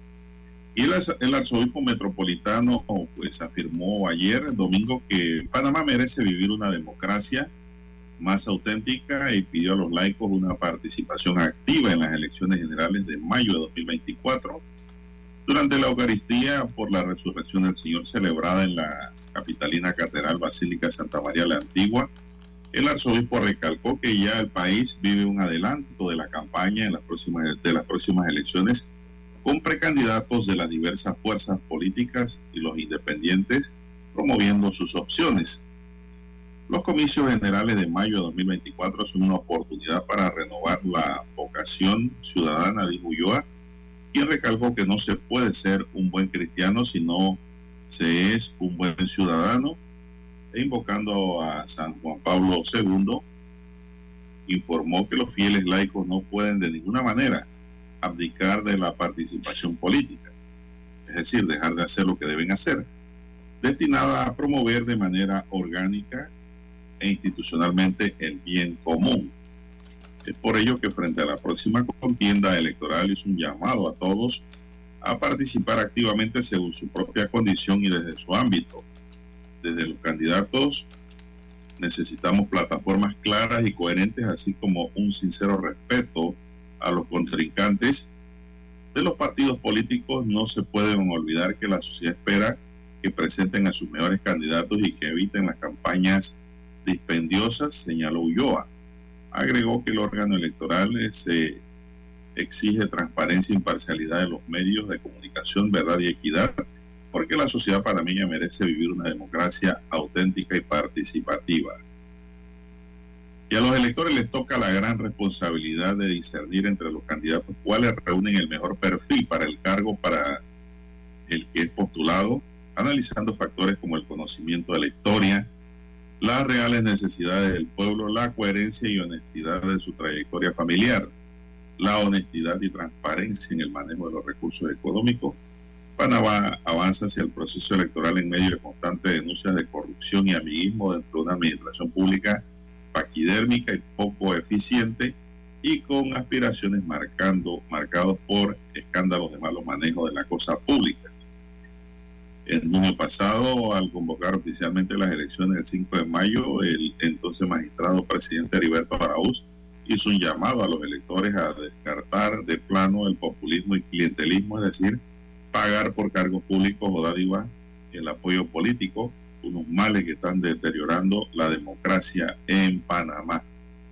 Y el, el arzobispo metropolitano pues afirmó ayer, el domingo, que Panamá merece vivir una democracia más auténtica y pidió a los laicos una participación activa en las elecciones generales de mayo de dos mil veinticuatro. Durante la Eucaristía por la Resurrección del Señor celebrada en la capitalina Catedral Basílica Santa María la Antigua, el arzobispo recalcó que ya el país vive un adelanto de la campaña en las próximas, de las próximas elecciones, con precandidatos de las diversas fuerzas políticas y los independientes promoviendo sus opciones. Los comicios generales de mayo de dos mil veinticuatro son una oportunidad para renovar la vocación ciudadana, dijo Ulloa, quien recalcó que no se puede ser un buen cristiano si no se es un buen ciudadano, e invocando a San Juan Pablo segundo, informó que los fieles laicos no pueden de ninguna manera abdicar de la participación política, es decir, dejar de hacer lo que deben hacer, destinada a promover de manera orgánica e institucionalmente el bien común. Es por ello que frente a la próxima contienda electoral hizo un llamado a todos a participar activamente según su propia condición y desde su ámbito. Desde los candidatos necesitamos plataformas claras y coherentes, así como un sincero respeto a los contrincantes. De los partidos políticos no se pueden olvidar que la sociedad espera que presenten a sus mejores candidatos y que eviten las campañas dispendiosas, señaló Ulloa. Agregó que el órgano electoral se exige transparencia e imparcialidad de los medios de comunicación, verdad y equidad, porque la sociedad panameña merece vivir una democracia auténtica y participativa. Y a los electores les toca la gran responsabilidad de discernir entre los candidatos cuáles reúnen el mejor perfil para el cargo para el que es postulado, analizando factores como el conocimiento de la historia, las reales necesidades del pueblo, la coherencia y honestidad de su trayectoria familiar, la honestidad y transparencia en el manejo de los recursos económicos. Panamá avanza hacia el proceso electoral en medio de constantes denuncias de corrupción y amiguismo dentro de una administración pública paquidérmica y poco eficiente, y con aspiraciones marcando, marcados por escándalos de malos manejos de la cosa pública. El junio pasado, al convocar oficialmente las elecciones del cinco de mayo, el entonces magistrado presidente Heriberto Araúz hizo un llamado a los electores a descartar de plano el populismo y clientelismo, es decir, pagar por cargos públicos o dádivas el apoyo político, unos males que están deteriorando la democracia en Panamá.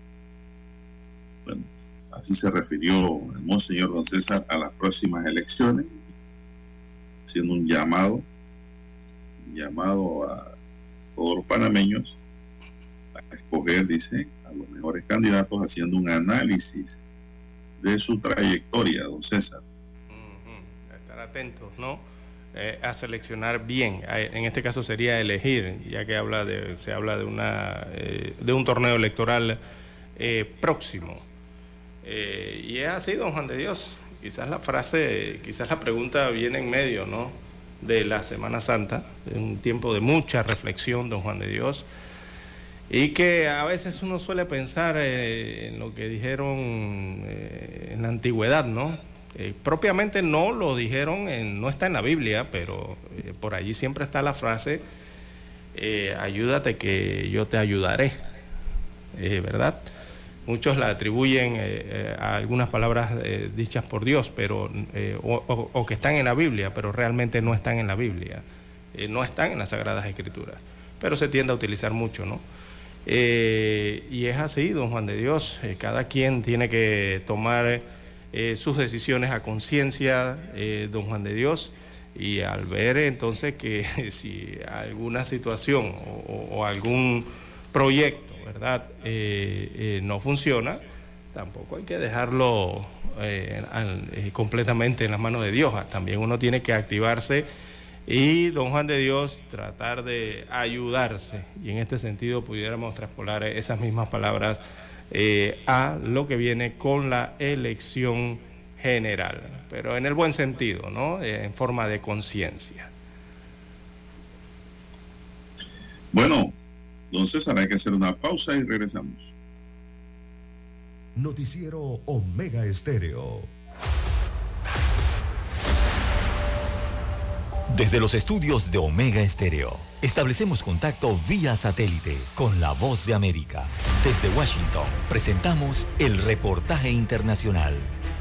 Bueno, así se refirió el monseñor don César a las próximas elecciones, haciendo un llamado, un llamado a todos los panameños a escoger, dice, a los mejores candidatos, haciendo un análisis de su trayectoria, don César. Uh-huh. Estar atentos, ¿no? Eh, a seleccionar bien, en este caso sería elegir, ya que habla de, se habla de una eh, de un torneo electoral eh, próximo. Eh, y es así, don Juan de Dios. Quizás la frase, quizás la pregunta viene en medio, ¿no?, de la Semana Santa, de un tiempo de mucha reflexión, don Juan de Dios, y que a veces uno suele pensar eh, en lo que dijeron eh, en la antigüedad, ¿no? Eh, propiamente no lo dijeron, en, no está en la Biblia, pero eh, por allí siempre está la frase, eh, ayúdate que yo te ayudaré, eh, ¿verdad? Muchos la atribuyen eh, eh, a algunas palabras eh, dichas por Dios, pero eh, o, o, o que están en la Biblia, pero realmente no están en la Biblia, eh, no están en las Sagradas Escrituras, pero se tiende a utilizar mucho, ¿no? Eh, y es así, don Juan de Dios, eh, cada quien tiene que tomar eh, sus decisiones a conciencia, eh, don Juan de Dios, y al ver entonces que si alguna situación o, o algún proyecto, ¿verdad?, eh, eh, no funciona, tampoco hay que dejarlo eh, al, eh, completamente en las manos de Dios. También uno tiene que activarse y, don Juan de Dios, tratar de ayudarse, y en este sentido pudiéramos traspolar esas mismas palabras eh, a lo que viene con la elección general, pero en el buen sentido, ¿no?, eh, en forma de conciencia. Bueno, don César, hay que hacer una pausa y regresamos. Noticiero Omega Estéreo. Desde los estudios de Omega Estéreo, establecemos contacto vía satélite con la Voz de América. Desde Washington, presentamos el reportaje internacional.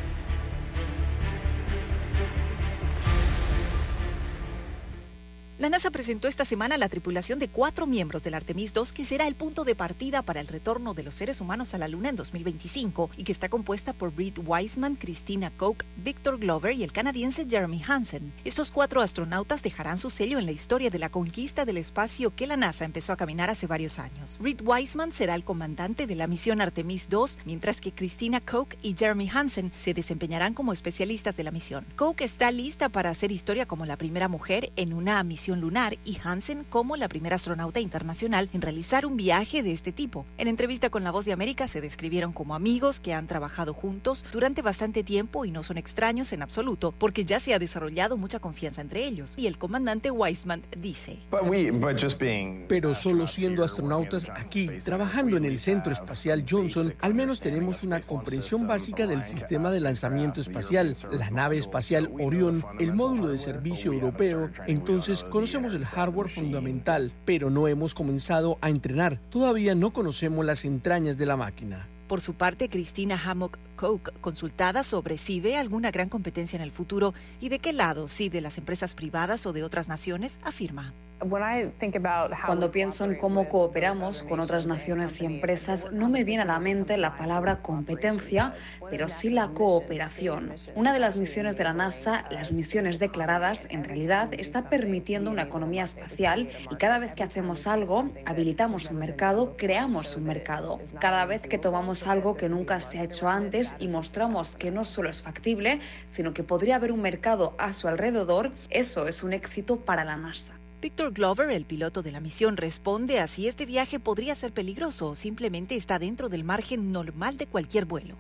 La NASA presentó esta semana la tripulación de cuatro miembros del Artemis dos, que será el punto de partida para el retorno de los seres humanos a la Luna en dos mil veinticinco, y que está compuesta por Reed Wiseman, Christina Koch, Victor Glover y el canadiense Jeremy Hansen. Estos cuatro astronautas dejarán su sello en la historia de la conquista del espacio que la NASA empezó a caminar hace varios años. Reed Wiseman será el comandante de la misión Artemis dos, mientras que Christina Koch y Jeremy Hansen se desempeñarán como especialistas de la misión. Koch está lista para hacer historia como la primera mujer en una misión lunar, y Hansen como la primera astronauta internacional en realizar un viaje de este tipo. En entrevista con La Voz de América se describieron como amigos que han trabajado juntos durante bastante tiempo y no son extraños en absoluto, porque ya se ha desarrollado mucha confianza entre ellos. Y el comandante Wiseman dice: Pero solo siendo astronautas aquí, trabajando en el Centro Espacial Johnson, al menos tenemos una comprensión básica del sistema de lanzamiento espacial, la nave espacial Orión, el módulo de servicio europeo. Entonces conocemos el hardware fundamental, pero no hemos comenzado a entrenar. Todavía no conocemos las entrañas de la máquina. Por su parte, Christina Hammock Koch, consultada sobre si ve alguna gran competencia en el futuro y de qué lado, si de las empresas privadas o de otras naciones, afirma: Cuando pienso en cómo cooperamos con otras naciones y empresas, no me viene a la mente la palabra competencia, pero sí la cooperación. Una de las misiones de la NASA, las misiones declaradas, en realidad está permitiendo una economía espacial y cada vez que hacemos algo, habilitamos un mercado, creamos un mercado. Cada vez que tomamos algo que nunca se ha hecho antes y mostramos que no solo es factible, sino que podría haber un mercado a su alrededor, eso es un éxito para la NASA. Victor Glover, el piloto de la misión, responde a si este viaje podría ser peligroso o simplemente está dentro del margen normal de cualquier vuelo.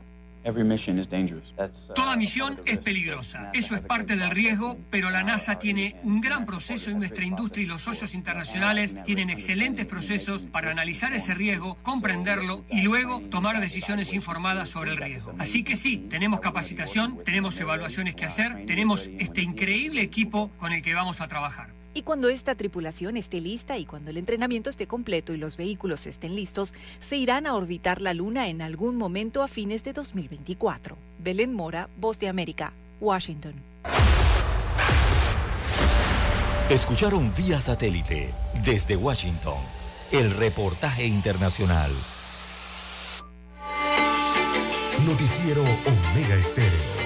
Toda misión es peligrosa, eso es parte del riesgo, pero la NASA tiene un gran proceso y nuestra industria y los socios internacionales tienen excelentes procesos para analizar ese riesgo, comprenderlo y luego tomar decisiones informadas sobre el riesgo. Así que sí, tenemos capacitación, tenemos evaluaciones que hacer, tenemos este increíble equipo con el que vamos a trabajar. Y cuando esta tripulación esté lista y cuando el entrenamiento esté completo y los vehículos estén listos, se irán a orbitar la Luna en algún momento a fines de dos mil veinticuatro. Belén Mora, Voz de América, Washington. Escucharon vía satélite desde Washington el reportaje internacional. Noticiero Omega Estéreo.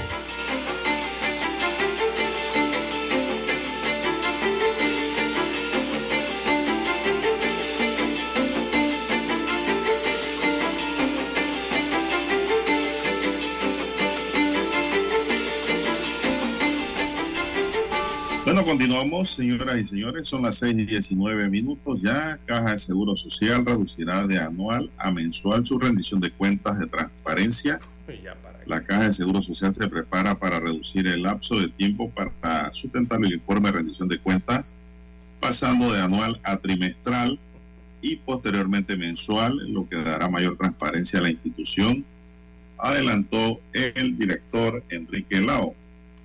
Bueno, continuamos, señoras y señores, son las seis y diecinueve minutos ya. Caja de Seguro Social reducirá de anual a mensual su rendición de cuentas de transparencia. La Caja de Seguro Social se prepara para reducir el lapso de tiempo para sustentar el informe de rendición de cuentas, pasando de anual a trimestral y posteriormente mensual, lo que dará mayor transparencia a la institución, adelantó el director Enrique Lao.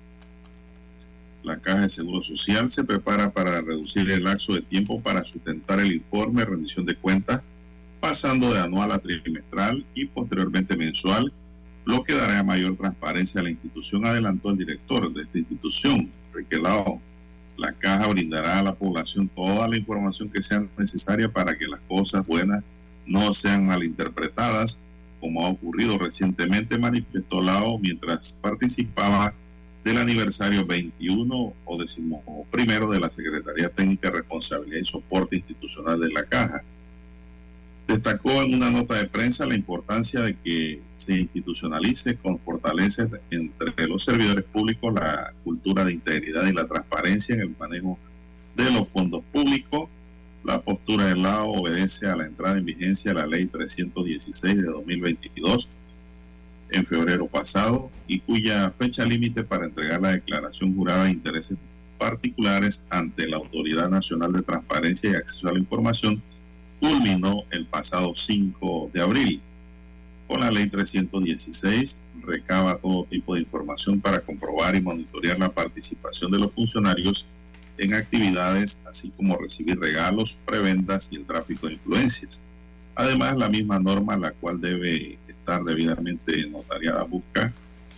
La Caja de Seguro Social se prepara para reducir el lapso de tiempo para sustentar el informe de rendición de cuentas, pasando de anual a trimestral y posteriormente mensual, lo que dará mayor transparencia a la institución, adelantó el director de esta institución, Enrique Lao. La Caja brindará a la población toda la información que sea necesaria para que las cosas buenas no sean malinterpretadas, como ha ocurrido recientemente, manifestó Lao mientras participaba del aniversario veintiuno o decimoprimero de la Secretaría Técnica de Responsabilidad y Soporte Institucional de la Caja. Destacó en una nota de prensa la importancia de que se institucionalice con fortaleza entre los servidores públicos la cultura de integridad y la transparencia en el manejo de los fondos públicos. La postura del Lao obedece a la entrada en vigencia de la Ley trescientos dieciséis de dos mil veintidós en febrero pasado y cuya fecha límite para entregar la declaración jurada de intereses particulares ante la Autoridad Nacional de Transparencia y Acceso a la Información culminó el pasado cinco de abril. Con la Ley trescientos dieciséis recaba todo tipo de información para comprobar y monitorear la participación de los funcionarios en actividades, así como recibir regalos, prebendas y el tráfico de influencias. Además, la misma norma, la cual debe estar debidamente notariada, busca,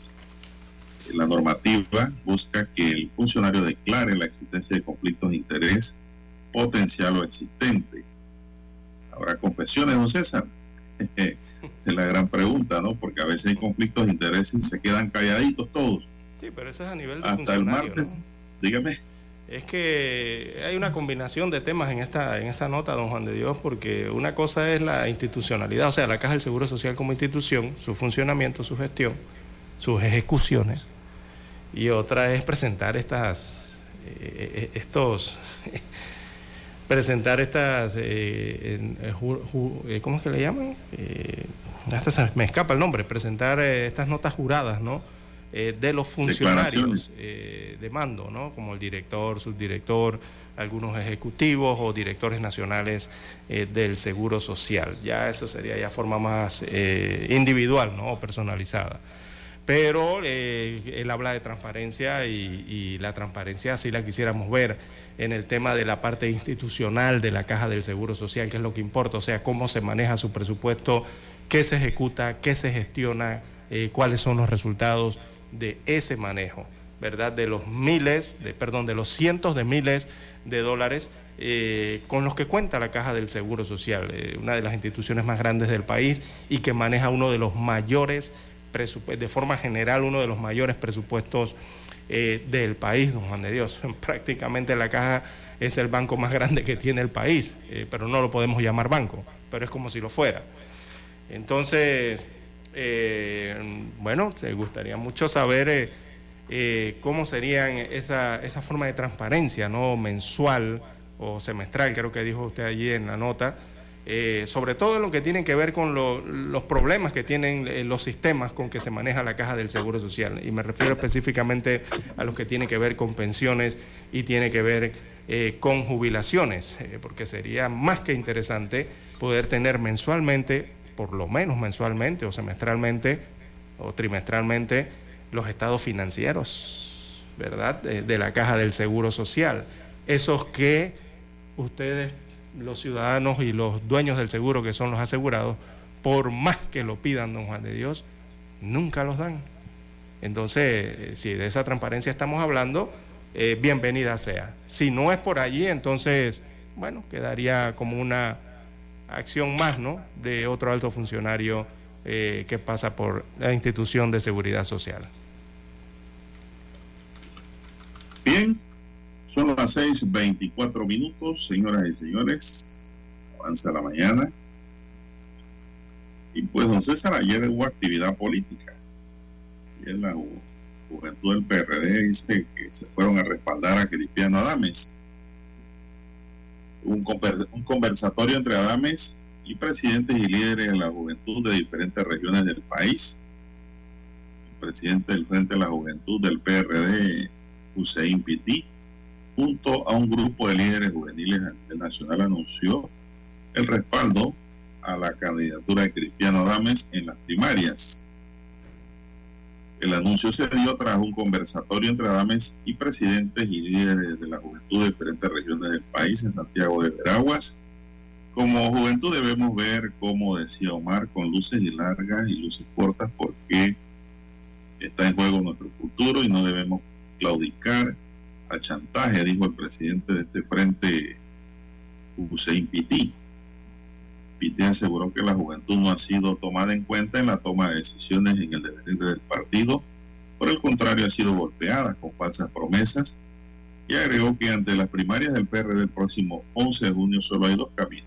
la normativa busca que el funcionario declare la existencia de conflictos de interés potencial o existente. ¿Habrá confesiones, don César? Es la gran pregunta, ¿no? Porque a veces hay conflictos de interés y se quedan calladitos todos. Sí, pero eso es a nivel de hasta el martes, ¿no? Dígame. Es que hay una combinación de temas en esta en esa nota, don Juan de Dios, porque una cosa es la institucionalidad, o sea, la Caja del Seguro Social como institución, su funcionamiento, su gestión, sus ejecuciones, y otra es presentar estas, eh, estos, presentar estas, eh, eh, ju, ju, eh, ¿cómo es que le llaman? Eh, hasta me escapa el nombre, presentar eh, estas notas juradas, ¿no? Eh, de los funcionarios eh, de mando, ¿no? Como el director, subdirector, algunos ejecutivos o directores nacionales eh, del Seguro Social. Ya eso sería ya forma más eh, individual, ¿no? O personalizada. Pero eh, él habla de transparencia y, y la transparencia sí la quisiéramos ver en el tema de la parte institucional de la Caja del Seguro Social, que es lo que importa, o sea, cómo se maneja su presupuesto, qué se ejecuta, qué se gestiona, eh, cuáles son los resultados de ese manejo ¿verdad?, de los miles, de, perdón, de los cientos de miles de dólares eh, con los que cuenta la Caja del Seguro Social, eh, una de las instituciones más grandes del país y que maneja uno de los mayores, de forma general, uno de los mayores presupuestos eh, del país, don Juan de Dios. Prácticamente la Caja es el banco más grande que tiene el país, eh, pero no lo podemos llamar banco, pero es como si lo fuera. Entonces, eh, bueno, me gustaría mucho saber eh, eh, cómo serían esa, esa forma de transparencia, ¿no?, mensual o semestral, creo que dijo usted allí en la nota, eh, sobre todo en lo que tiene que ver con lo, los problemas que tienen eh, los sistemas con que se maneja la Caja del Seguro Social, y me refiero específicamente a los que tienen que ver con pensiones y tiene que ver eh, con jubilaciones, eh, porque sería más que interesante poder tener mensualmente, por lo menos mensualmente o semestralmente o trimestralmente, los estados financieros, ¿verdad?, de, de la Caja del Seguro Social, esos que ustedes, los ciudadanos y los dueños del seguro, que son los asegurados, por más que lo pidan, don Juan de Dios, nunca los dan. Entonces, si de esa transparencia estamos hablando, eh, bienvenida sea. Si no es por allí, entonces, bueno, quedaría como una acción más, ¿no?, de otro alto funcionario eh, que pasa por la institución de seguridad social. Bien, son las seis veinticuatro minutos, señoras y señores, avanza la mañana. Y pues, don César, ayer hubo actividad política. Ayer la juventud del P R D dice que se fueron a respaldar a Cristiano Adames. Un, conver, un conversatorio entre Adames y presidentes y líderes de la juventud de diferentes regiones del país. El presidente del Frente de la Juventud del P R D, Hussein Piti, junto a un grupo de líderes juveniles a nivel nacional, anunció el respaldo a la candidatura de Cristiano Adames en las primarias. El anuncio se dio tras un conversatorio entre Adames y presidentes y líderes de la juventud de diferentes regiones del país en Santiago de Veraguas. Como juventud debemos ver, como decía Omar, con luces y largas y luces cortas, porque está en juego nuestro futuro y no debemos claudicar al chantaje, dijo el presidente de este frente, Hussein Piti. Piti aseguró que la juventud no ha sido tomada en cuenta en la toma de decisiones en el devenir del partido, por el contrario ha sido golpeada con falsas promesas, y agregó que ante las primarias del P R D el próximo once de junio solo hay dos caminos,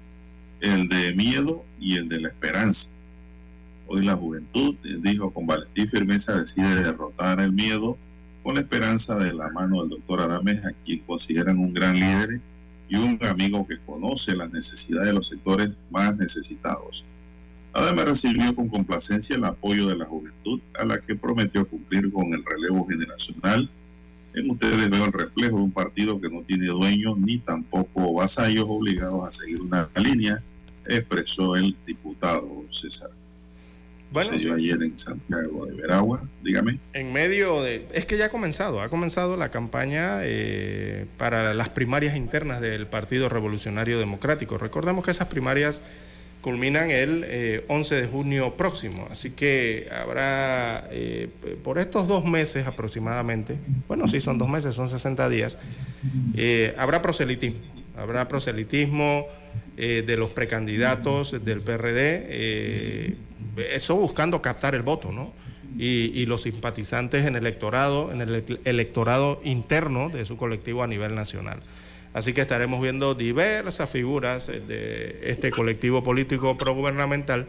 el de miedo y el de la esperanza. Hoy la juventud, dijo, con valentía y firmeza decide derrotar el miedo con la esperanza de la mano del doctor Adames, a quien consideran un gran líder y un amigo que conoce las necesidades de los sectores más necesitados. Adames recibió con complacencia el apoyo de la juventud, a la que prometió cumplir con el relevo generacional. En ustedes veo el reflejo de un partido que no tiene dueños ni tampoco vasallos obligados a seguir una línea, expresó el diputado César. Bueno, se dio sí. ayer en Santiago de Veragua, dígame. En medio de... Es que ya ha comenzado, ha comenzado la campaña eh, para las primarias internas del Partido Revolucionario Democrático. Recordemos que esas primarias culminan el eh, once de junio próximo, así que habrá, eh, por estos dos meses aproximadamente, bueno, sí, son dos meses, son sesenta días, eh, habrá proselitismo, habrá proselitismo eh, de los precandidatos del P R D, eh, eso buscando captar el voto, ¿no? Y, y los simpatizantes en el electorado, en el electorado interno de su colectivo a nivel nacional. Así que estaremos viendo diversas figuras de este colectivo político progubernamental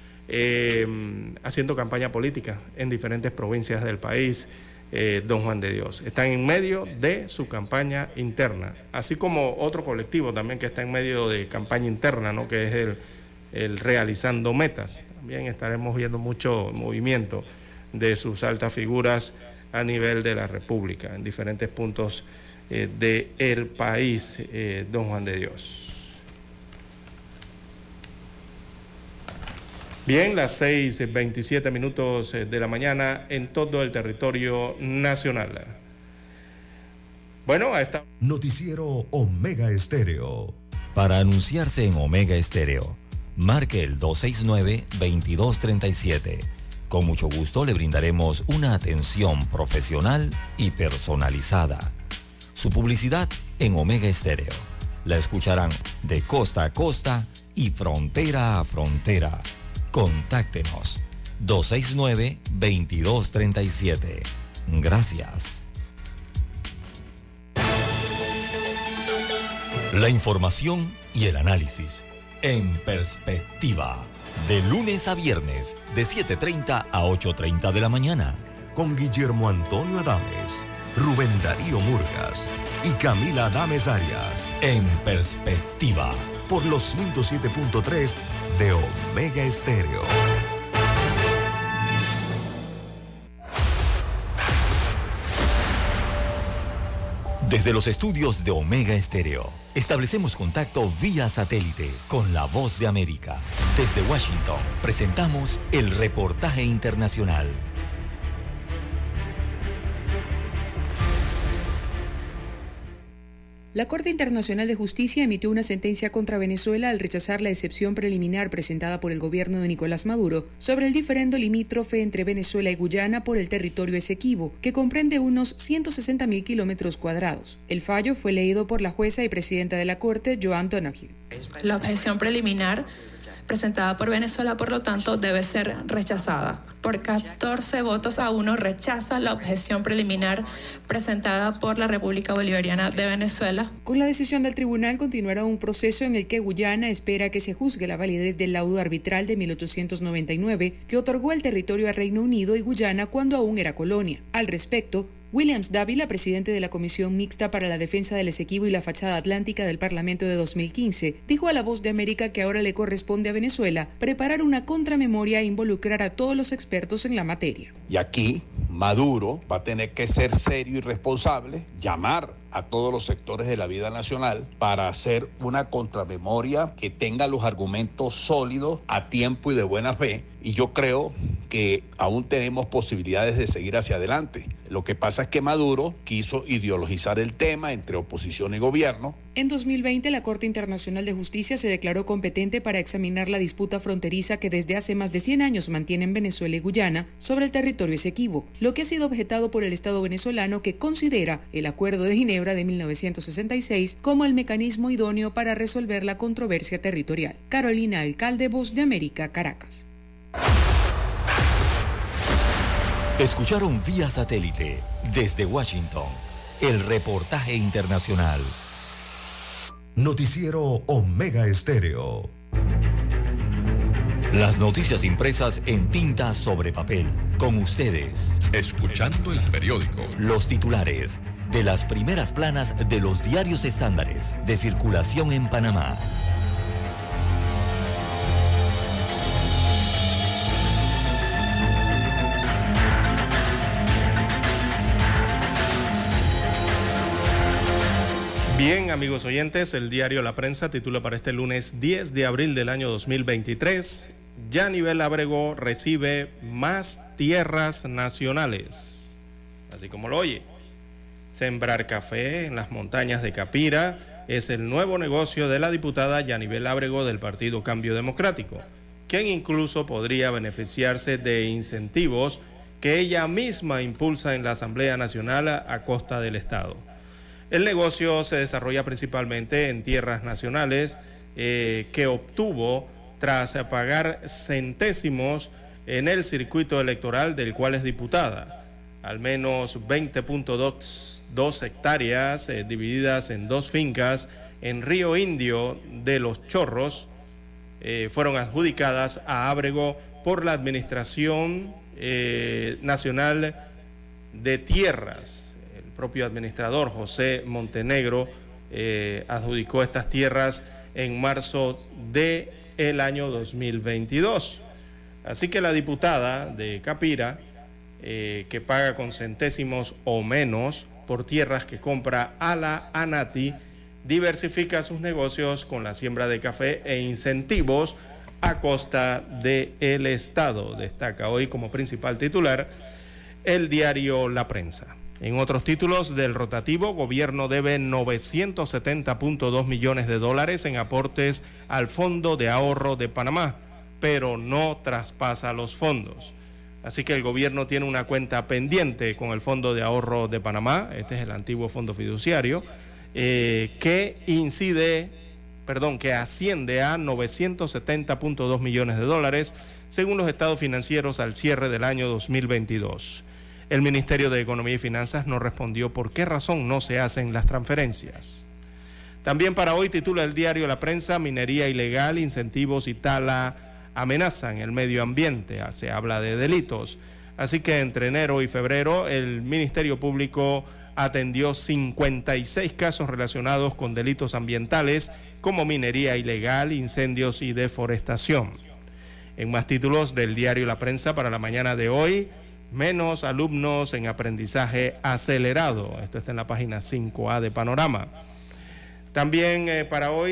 eh, haciendo campaña política en diferentes provincias del país, eh, don Juan de Dios. Están en medio de su campaña interna, así como otro colectivo también que está en medio de campaña interna, ¿no?, que es el, el Realizando Metas. También estaremos viendo mucho movimiento de sus altas figuras a nivel de la República, en diferentes puntos eh, del país, eh, don Juan de Dios. Bien, las seis veintisiete minutos de la mañana en todo el territorio nacional. Bueno, a esta... Noticiero Omega Estéreo. Para anunciarse en Omega Estéreo, marque el dos seis nueve, veintidós treinta y siete. Con mucho gusto le brindaremos una atención profesional y personalizada. Su publicidad en Omega Estéreo. La escucharán de costa a costa y frontera a frontera. Contáctenos dos seis nueve, veintidós treinta y siete. Gracias. La información y el análisis en perspectiva. De lunes a viernes, de siete y media a ocho y media de la mañana. Con Guillermo Antonio Adames, Rubén Darío Murgas y Camila Adames Arias. En perspectiva. Por los ciento siete punto tres de Omega Estéreo. Desde los estudios de Omega Estéreo, establecemos contacto vía satélite con la Voz de América. Desde Washington, presentamos el reportaje internacional. La Corte Internacional de Justicia emitió una sentencia contra Venezuela al rechazar la excepción preliminar presentada por el gobierno de Nicolás Maduro sobre el diferendo limítrofe entre Venezuela y Guyana por el territorio Esequibo, que comprende unos ciento sesenta mil kilómetros cuadrados. El fallo fue leído por la jueza y presidenta de la Corte, Joan Donoghue. La objeción preliminar presentada por Venezuela, por lo tanto, debe ser rechazada. Por catorce votos a uno rechaza la objeción preliminar presentada por la República Bolivariana de Venezuela. Con la decisión del tribunal continuará un proceso en el que Guyana espera que se juzgue la validez del laudo arbitral de mil ochocientos noventa y nueve que otorgó el territorio al Reino Unido y Guyana cuando aún era colonia. Al respecto, Williams Dávila, presidente de la Comisión Mixta para la Defensa del Esequibo y la Fachada Atlántica del Parlamento de dos mil quince, dijo a La Voz de América que ahora le corresponde a Venezuela preparar una contramemoria e involucrar a todos los expertos en la materia. Y aquí Maduro va a tener que ser serio y responsable, llamar a todos los sectores de la vida nacional para hacer una contramemoria que tenga los argumentos sólidos, a tiempo y de buena fe. Y yo creo que aún tenemos posibilidades de seguir hacia adelante. Lo que pasa es que Maduro quiso ideologizar el tema entre oposición y gobierno. En dos mil veinte, la Corte Internacional de Justicia se declaró competente para examinar la disputa fronteriza que desde hace más de cien años mantienen Venezuela y Guyana sobre el territorio Esequibo, lo que ha sido objetado por el Estado venezolano, que considera el Acuerdo de Ginebra de mil novecientos sesenta y seis como el mecanismo idóneo para resolver la controversia territorial. Carolina Alcalde, Voz de América, Caracas. Escucharon vía satélite desde Washington el reportaje internacional. Noticiero Omega Estéreo. Las noticias impresas en tinta sobre papel. Con ustedes. Escuchando el periódico. Los titulares de las primeras planas de los diarios estándares de circulación en Panamá. Bien, amigos oyentes, el diario La Prensa titula para este lunes diez de abril del año dos mil veintitrés, Yanivel Ábrego recibe más tierras nacionales. Así como lo oye, sembrar café en las montañas de Capira es el nuevo negocio de la diputada Yanivel Ábrego del Partido Cambio Democrático, quien incluso podría beneficiarse de incentivos que ella misma impulsa en la Asamblea Nacional a costa del Estado. El negocio se desarrolla principalmente en tierras nacionales eh, que obtuvo tras pagar centésimos en el circuito electoral del cual es diputada. Al menos veinte punto dos hectáreas eh, divididas en dos fincas en Río Indio de Los Chorros eh, fueron adjudicadas a Ábrego por la Administración eh, Nacional de Tierras. El propio administrador José Montenegro eh, adjudicó estas tierras en marzo del año dos mil veintidós. Así que la diputada de Capira, eh, que paga con centésimos o menos por tierras que compra a la ANATI, diversifica sus negocios con la siembra de café e incentivos a costa del Estado. Destaca hoy como principal titular el diario La Prensa. En otros títulos del rotativo, gobierno debe novecientos setenta punto dos millones de dólares en aportes al Fondo de Ahorro de Panamá, pero no traspasa los fondos. Así que el gobierno tiene una cuenta pendiente con el Fondo de Ahorro de Panamá, este es el antiguo fondo fiduciario, eh, que incide, perdón, que asciende a novecientos setenta punto dos millones de dólares, según los estados financieros al cierre del año dos mil veintidós. El Ministerio de Economía y Finanzas no respondió por qué razón no se hacen las transferencias. También para hoy titula el diario La Prensa: minería ilegal, incentivos y tala amenazan el medio ambiente. Se habla de delitos. Así que entre enero y febrero el Ministerio Público atendió cincuenta y seis casos relacionados con delitos ambientales como minería ilegal, incendios y deforestación. En más títulos del diario La Prensa para la mañana de hoy: menos alumnos en aprendizaje acelerado. Esto está en la página cinco A de Panorama. También eh, para hoy,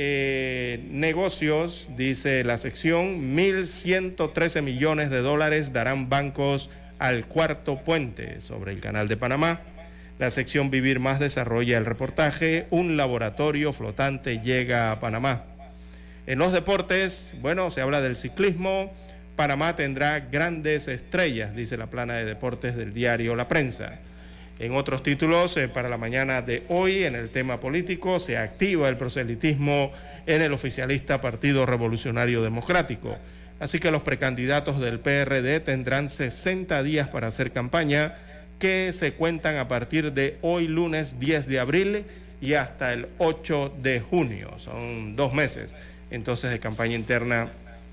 eh, negocios, dice la sección, mil ciento trece millones de dólares darán bancos al cuarto puente sobre el Canal de Panamá. La sección Vivir Más desarrolla el reportaje: un laboratorio flotante llega a Panamá. En los deportes, bueno, se habla del ciclismo. Panamá tendrá grandes estrellas, dice la plana de deportes del diario La Prensa. En otros títulos, eh, para la mañana de hoy, en el tema político, se activa el proselitismo en el oficialista Partido Revolucionario Democrático. Así que los precandidatos del P R D tendrán sesenta días para hacer campaña, que se cuentan a partir de hoy, lunes diez de abril, y hasta el ocho de junio. Son dos meses, entonces, de campaña interna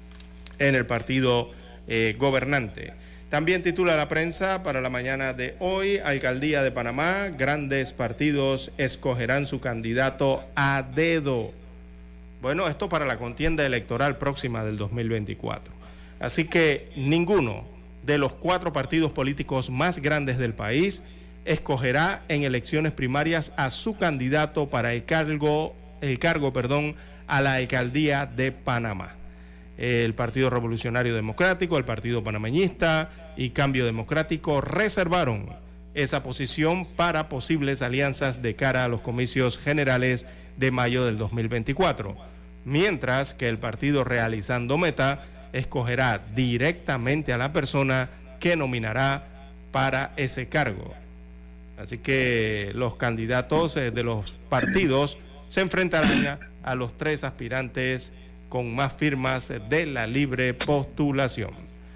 en el partido eh, gobernante. También titula La Prensa para la mañana de hoy: Alcaldía de Panamá, grandes partidos escogerán su candidato a dedo. Bueno, esto para la contienda electoral próxima del dos mil veinticuatro. Así que ninguno de los cuatro partidos políticos más grandes del país escogerá en elecciones primarias a su candidato para el cargo, el cargo, perdón, a la alcaldía de Panamá. El Partido Revolucionario Democrático, el Partido Panameñista y Cambio Democrático reservaron esa posición para posibles alianzas de cara a los comicios generales de mayo del dos mil veinticuatro, mientras que el Partido Realizando Meta escogerá directamente a la persona que nominará para ese cargo. Así que los candidatos de los partidos se enfrentarán a, a los tres aspirantes con más firmas de la libre postulación.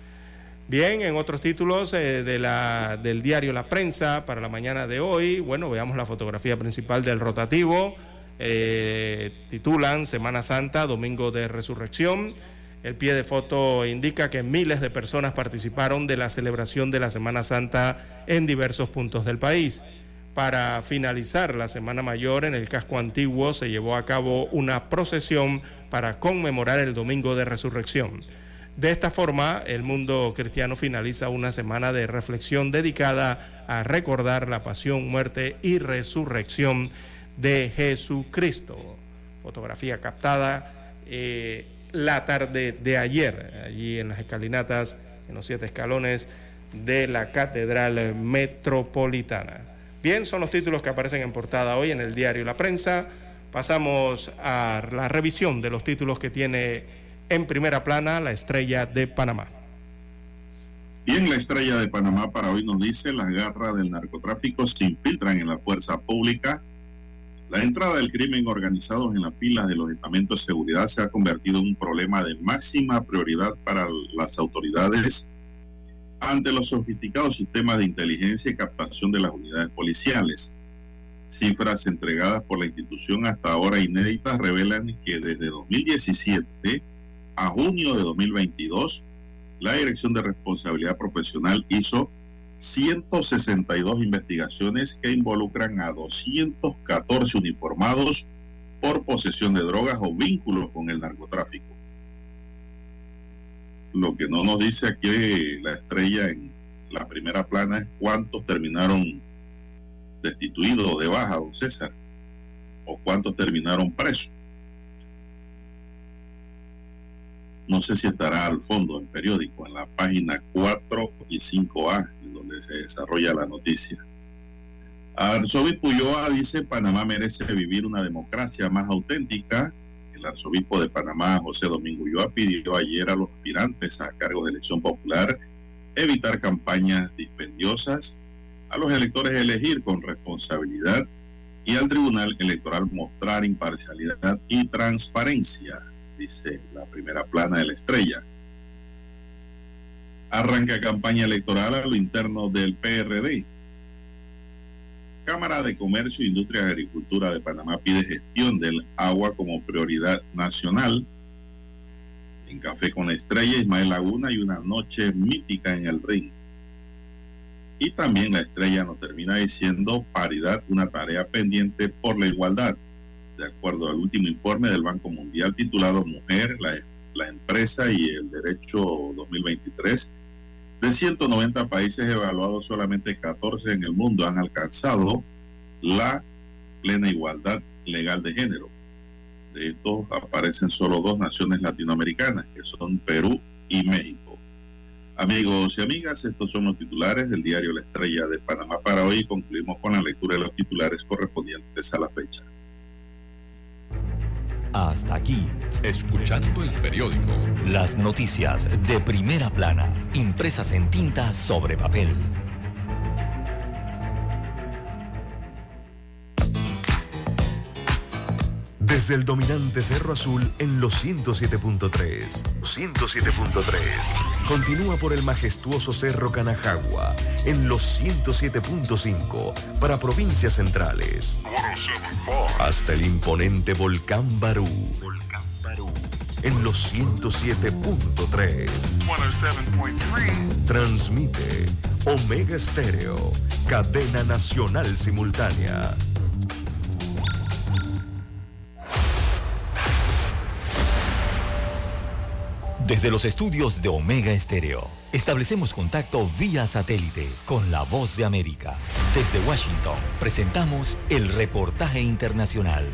Bien, en otros títulos eh, de la, del diario La Prensa para la mañana de hoy, bueno, veamos la fotografía principal del rotativo. Eh, titulan Semana Santa, Domingo de Resurrección. El pie de foto indica que miles de personas participaron de la celebración de la Semana Santa en diversos puntos del país. Para finalizar la Semana Mayor, en el casco antiguo se llevó a cabo una procesión para conmemorar el Domingo de Resurrección. De esta forma, el mundo cristiano finaliza una semana de reflexión dedicada a recordar la pasión, muerte y resurrección de Jesucristo. Fotografía captada eh, la tarde de ayer, allí en las escalinatas, en los siete escalones de la Catedral Metropolitana. Bien, son los títulos que aparecen en portada hoy en el diario La Prensa. Pasamos a la revisión de los títulos que tiene en primera plana la Estrella de Panamá. Bien, la Estrella de Panamá para hoy nos dice: las garras del narcotráfico se infiltran en la fuerza pública. La entrada del crimen organizado en las filas de los estamentos de seguridad se ha convertido en un problema de máxima prioridad para las autoridades ante los sofisticados sistemas de inteligencia y captación de las unidades policiales. Cifras entregadas por la institución hasta ahora inéditas revelan que desde dos mil diecisiete a junio de dos mil veintidós, la Dirección de Responsabilidad Profesional hizo ciento sesenta y dos investigaciones que involucran a doscientos catorce uniformados por posesión de drogas o vínculos con el narcotráfico. Lo que no nos dice aquí la Estrella en la primera plana es cuántos terminaron destituidos o de baja, don César, o cuántos terminaron presos. No sé si estará al fondo del periódico, en la página cuatro y cinco A, en donde se desarrolla la noticia. Arzobispo Ulloa dice: Panamá merece vivir una democracia más auténtica. El arzobispo de Panamá, José Domingo Ulloa, pidió ayer a los aspirantes a cargos de elección popular evitar campañas dispendiosas, a los electores elegir con responsabilidad y al Tribunal Electoral mostrar imparcialidad y transparencia, dice la primera plana de La Estrella. Arranca campaña electoral a lo interno del P R D. Cámara de Comercio, Industria y Agricultura de Panamá pide gestión del agua como prioridad nacional. En Café con la Estrella, Ismael Laguna y una noche mítica en el ring. Y también La Estrella nos termina diciendo paridad, una tarea pendiente por la igualdad. De acuerdo al último informe del Banco Mundial titulado Mujer, la, la empresa y el derecho dos mil veintitrés, de ciento noventa países evaluados, solamente catorce en el mundo han alcanzado la plena igualdad legal de género. De estos aparecen solo dos naciones latinoamericanas, que son Perú y México. Amigos y amigas, estos son los titulares del diario La Estrella de Panamá para hoy. Concluimos con la lectura de los titulares correspondientes a la fecha. Hasta aquí, escuchando el periódico. Las noticias de primera plana, impresas en tinta sobre papel. Desde el dominante Cerro Azul en los ciento siete punto tres. ciento siete punto tres. Continúa por el majestuoso Cerro Canajagua en los ciento siete punto cinco para provincias centrales. Hasta el imponente Volcán Barú. Volcán Barú en los ciento siete punto tres. Transmite Omega Estéreo, cadena nacional simultánea. Desde los estudios de Omega Estéreo, establecemos contacto vía satélite con la Voz de América. Desde Washington, presentamos el reportaje internacional.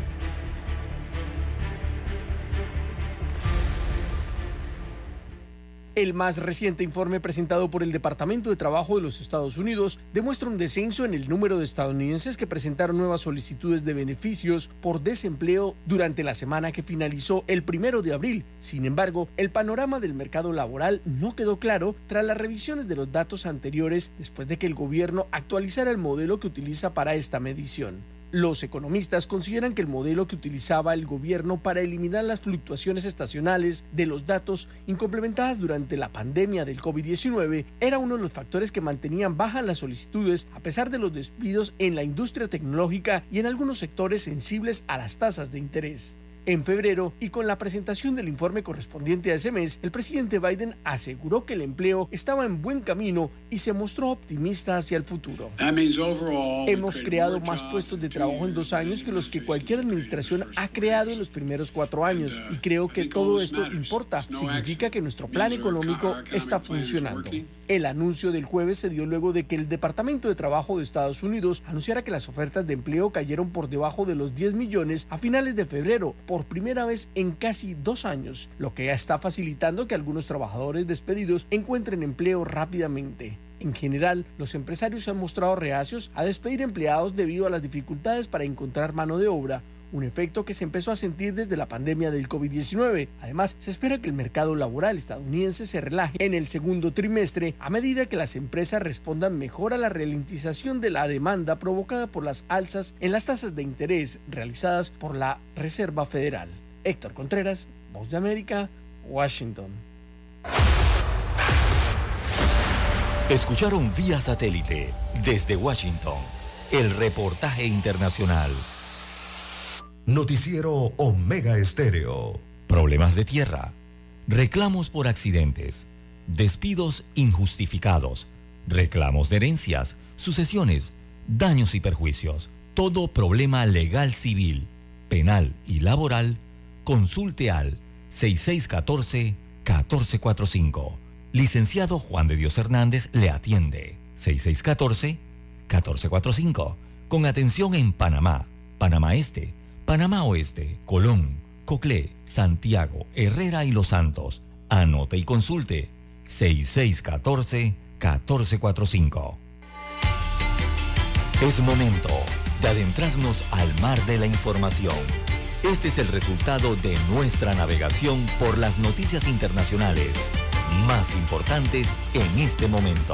El más reciente informe presentado por el Departamento de Trabajo de los Estados Unidos demuestra un descenso en el número de estadounidenses que presentaron nuevas solicitudes de beneficios por desempleo durante la semana que finalizó el primero de abril. Sin embargo, el panorama del mercado laboral no quedó claro tras las revisiones de los datos anteriores después de que el gobierno actualizara el modelo que utiliza para esta medición. Los economistas consideran que el modelo que utilizaba el gobierno para eliminar las fluctuaciones estacionales de los datos incomplementadas durante la pandemia del COVID diecinueve era uno de los factores que mantenían bajas las solicitudes a pesar de los despidos en la industria tecnológica y en algunos sectores sensibles a las tasas de interés. En febrero, y con la presentación del informe correspondiente a ese mes, el presidente Biden aseguró que el empleo estaba en buen camino y se mostró optimista hacia el futuro. Hemos creado más puestos de trabajo en dos años que los que cualquier administración ha creado en los primeros cuatro años, y creo que todo esto importa. Significa que nuestro plan económico está funcionando. El anuncio del jueves se dio luego de que el Departamento de Trabajo de Estados Unidos anunciara que las ofertas de empleo cayeron por debajo de los diez millones a finales de febrero, por primera vez en casi dos años, lo que ya está facilitando que algunos trabajadores despedidos encuentren empleo rápidamente. En general, los empresarios se han mostrado reacios a despedir empleados debido a las dificultades para encontrar mano de obra, un efecto que se empezó a sentir desde la pandemia del COVID diecinueve. Además, se espera que el mercado laboral estadounidense se relaje en el segundo trimestre a medida que las empresas respondan mejor a la ralentización de la demanda provocada por las alzas en las tasas de interés realizadas por la Reserva Federal. Héctor Contreras, Voz de América, Washington. Escucharon vía satélite desde Washington el reportaje internacional. Noticiero Omega Estéreo. Problemas de tierra, reclamos por accidentes, despidos injustificados, reclamos de herencias, sucesiones, daños y perjuicios. Todo problema legal civil, penal y laboral, consulte al seis seis uno cuatro, uno cuatro cuatro cinco. Licenciado Juan de Dios Hernández le atiende. seis seis uno cuatro, uno cuatro cuatro cinco. Con atención en Panamá, Panamá Este, Panamá Oeste, Colón, Coclé, Santiago, Herrera y Los Santos. Anote y consulte seis seis uno cuatro, uno cuatro cuatro cinco. Es momento de adentrarnos al mar de la información. Este es el resultado de nuestra navegación por las noticias internacionales más importantes en este momento.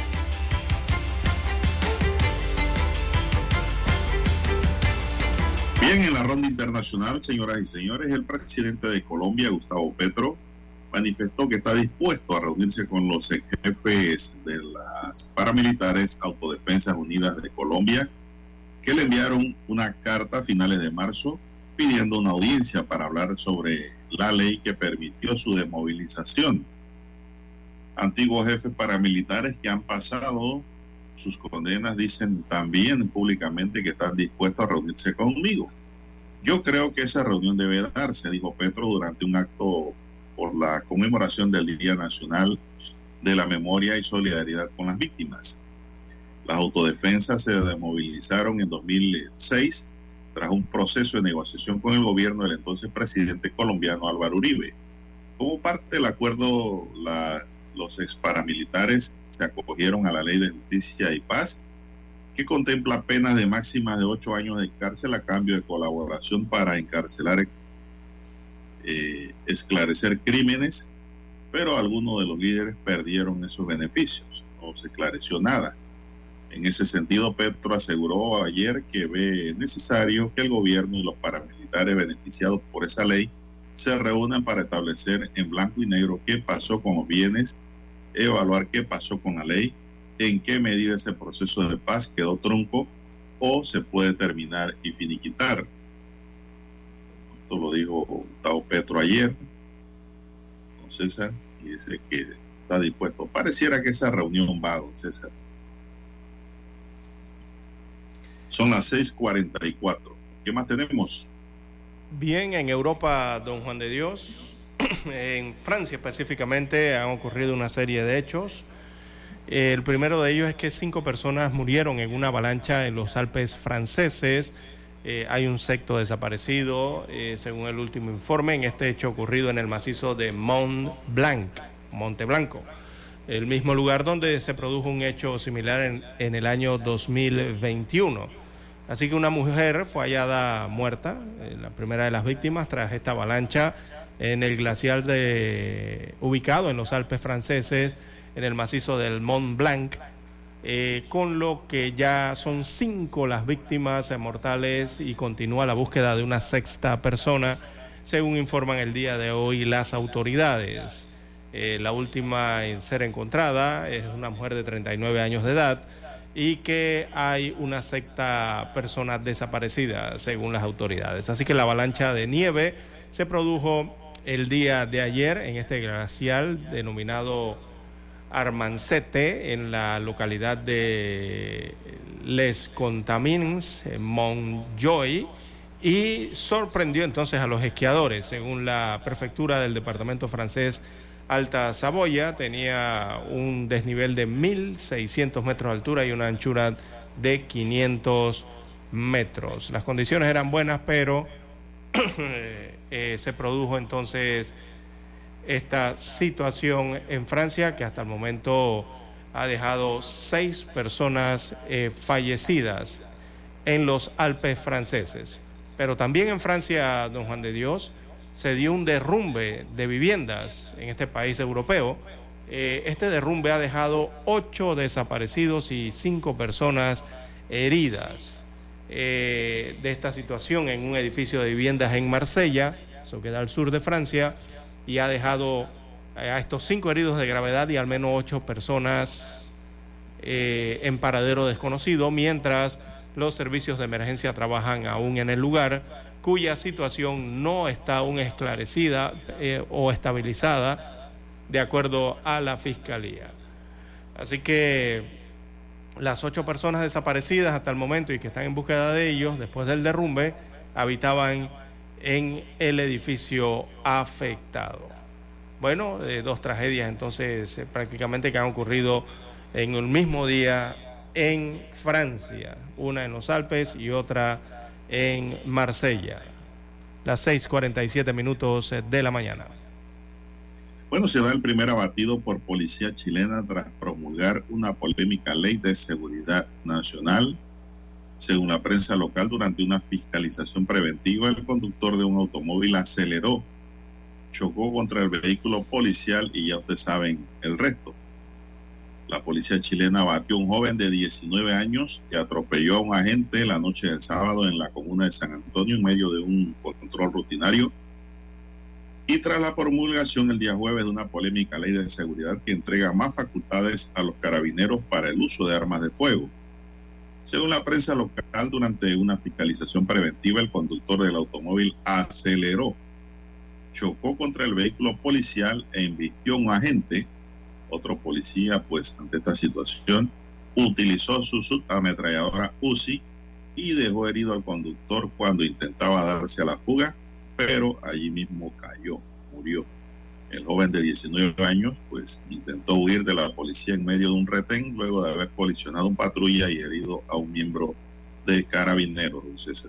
Bien, en la ronda internacional, señoras y señores, el presidente de Colombia, Gustavo Petro, manifestó que está dispuesto a reunirse con los jefes de las paramilitares Autodefensas Unidas de Colombia, que le enviaron una carta a finales de marzo pidiendo una audiencia para hablar sobre la ley que permitió su desmovilización. Antiguos jefes paramilitares que han pasado sus condenas dicen también públicamente que están dispuestos a reunirse conmigo. Yo creo que esa reunión debe darse, dijo Petro durante un acto por la conmemoración del Día Nacional de la Memoria y Solidaridad con las Víctimas. Las autodefensas se desmovilizaron en dos mil seis tras un proceso de negociación con el gobierno del entonces presidente colombiano Álvaro Uribe. Como parte del acuerdo, la, los ex paramilitares se acogieron a la Ley de Justicia y Paz, que contempla penas de máximas de ocho años de cárcel a cambio de colaboración para encarcelar, eh, esclarecer crímenes, pero algunos de los líderes perdieron esos beneficios, no se esclareció nada. En ese sentido, Petro aseguró ayer que ve necesario que el gobierno y los paramilitares beneficiados por esa ley se reúnan para establecer en blanco y negro qué pasó con los bienes, evaluar qué pasó con la ley, en qué medida ese proceso de paz quedó trunco o se puede terminar y finiquitar. Esto lo dijo Gustavo Petro ayer, don César, y dice que está dispuesto. Pareciera que esa reunión va, don César. Son las seis cuarenta y cuatro. ¿Qué más tenemos? Bien, en Europa, don Juan de Dios, en Francia específicamente, han ocurrido una serie de hechos. El primero de ellos es que cinco personas murieron en una avalancha en los Alpes franceses. Eh, hay un sexto desaparecido, eh, según el último informe, en este hecho ocurrido en el macizo de Mont Blanc, Monte Blanco, el mismo lugar donde se produjo un hecho similar en, en el año dos mil veintiuno. Así que una mujer fue hallada muerta, eh, la primera de las víctimas, tras esta avalancha en el glaciar de, ubicado en los Alpes franceses, en el macizo del Mont Blanc, eh, con lo que ya son cinco las víctimas eh, mortales y continúa la búsqueda de una sexta persona, según informan el día de hoy las autoridades. Eh, la última en ser encontrada es una mujer de treinta y nueve años de edad y que hay una sexta persona desaparecida, según las autoridades. Así que la avalancha de nieve se produjo el día de ayer en este glaciar denominado Armancete, en la localidad de Les Contamines, en Montjoy, y sorprendió entonces a los esquiadores. Según la prefectura del departamento francés Alta Saboya, tenía un desnivel de mil seiscientos metros de altura y una anchura de quinientos metros. Las condiciones eran buenas, pero eh, se produjo entonces esta situación en Francia, que hasta el momento ha dejado seis personas eh, fallecidas en los Alpes franceses. Pero también en Francia, don Juan de Dios, se dio un derrumbe de viviendas en este país europeo. Eh, este derrumbe ha dejado ocho desaparecidos y cinco personas heridas. Eh, de esta situación en un edificio de viviendas en Marsella, eso queda al sur de Francia, y ha dejado a estos cinco heridos de gravedad y al menos ocho personas eh, en paradero desconocido, mientras los servicios de emergencia trabajan aún en el lugar, cuya situación no está aún esclarecida eh, o estabilizada, de acuerdo a la Fiscalía. Así que las ocho personas desaparecidas hasta el momento y que están en búsqueda de ellos después del derrumbe habitaban en el edificio afectado. Bueno, eh, dos tragedias entonces eh, prácticamente que han ocurrido en el mismo día en Francia, una en los Alpes y otra en Marsella. Las seis cuarenta y siete minutos de la mañana. Bueno, se da el primer abatido por policía chilena tras promulgar una polémica ley de seguridad nacional. Según la prensa local, durante una fiscalización preventiva, el conductor de un automóvil aceleró chocó contra el vehículo policial y ya ustedes saben el resto. La policía chilena batió a un joven de diecinueve años que atropelló a un agente la noche del sábado en la comuna de San Antonio en medio de un control rutinario. Y tras la promulgación el día jueves de una polémica ley de seguridad que entrega más facultades a los carabineros para el uso de armas de fuego. Según la prensa local, durante una fiscalización preventiva, el conductor del automóvil aceleró, chocó contra el vehículo policial e embistió a un agente. Otro policía, pues, ante esta situación, utilizó su subametralladora Uzi y dejó herido al conductor cuando intentaba darse a la fuga, pero allí mismo cayó, murió. El joven de diecinueve años, pues, intentó huir de la policía en medio de un retén luego de haber colisionado un patrulla y herido a un miembro de Carabineros, don César.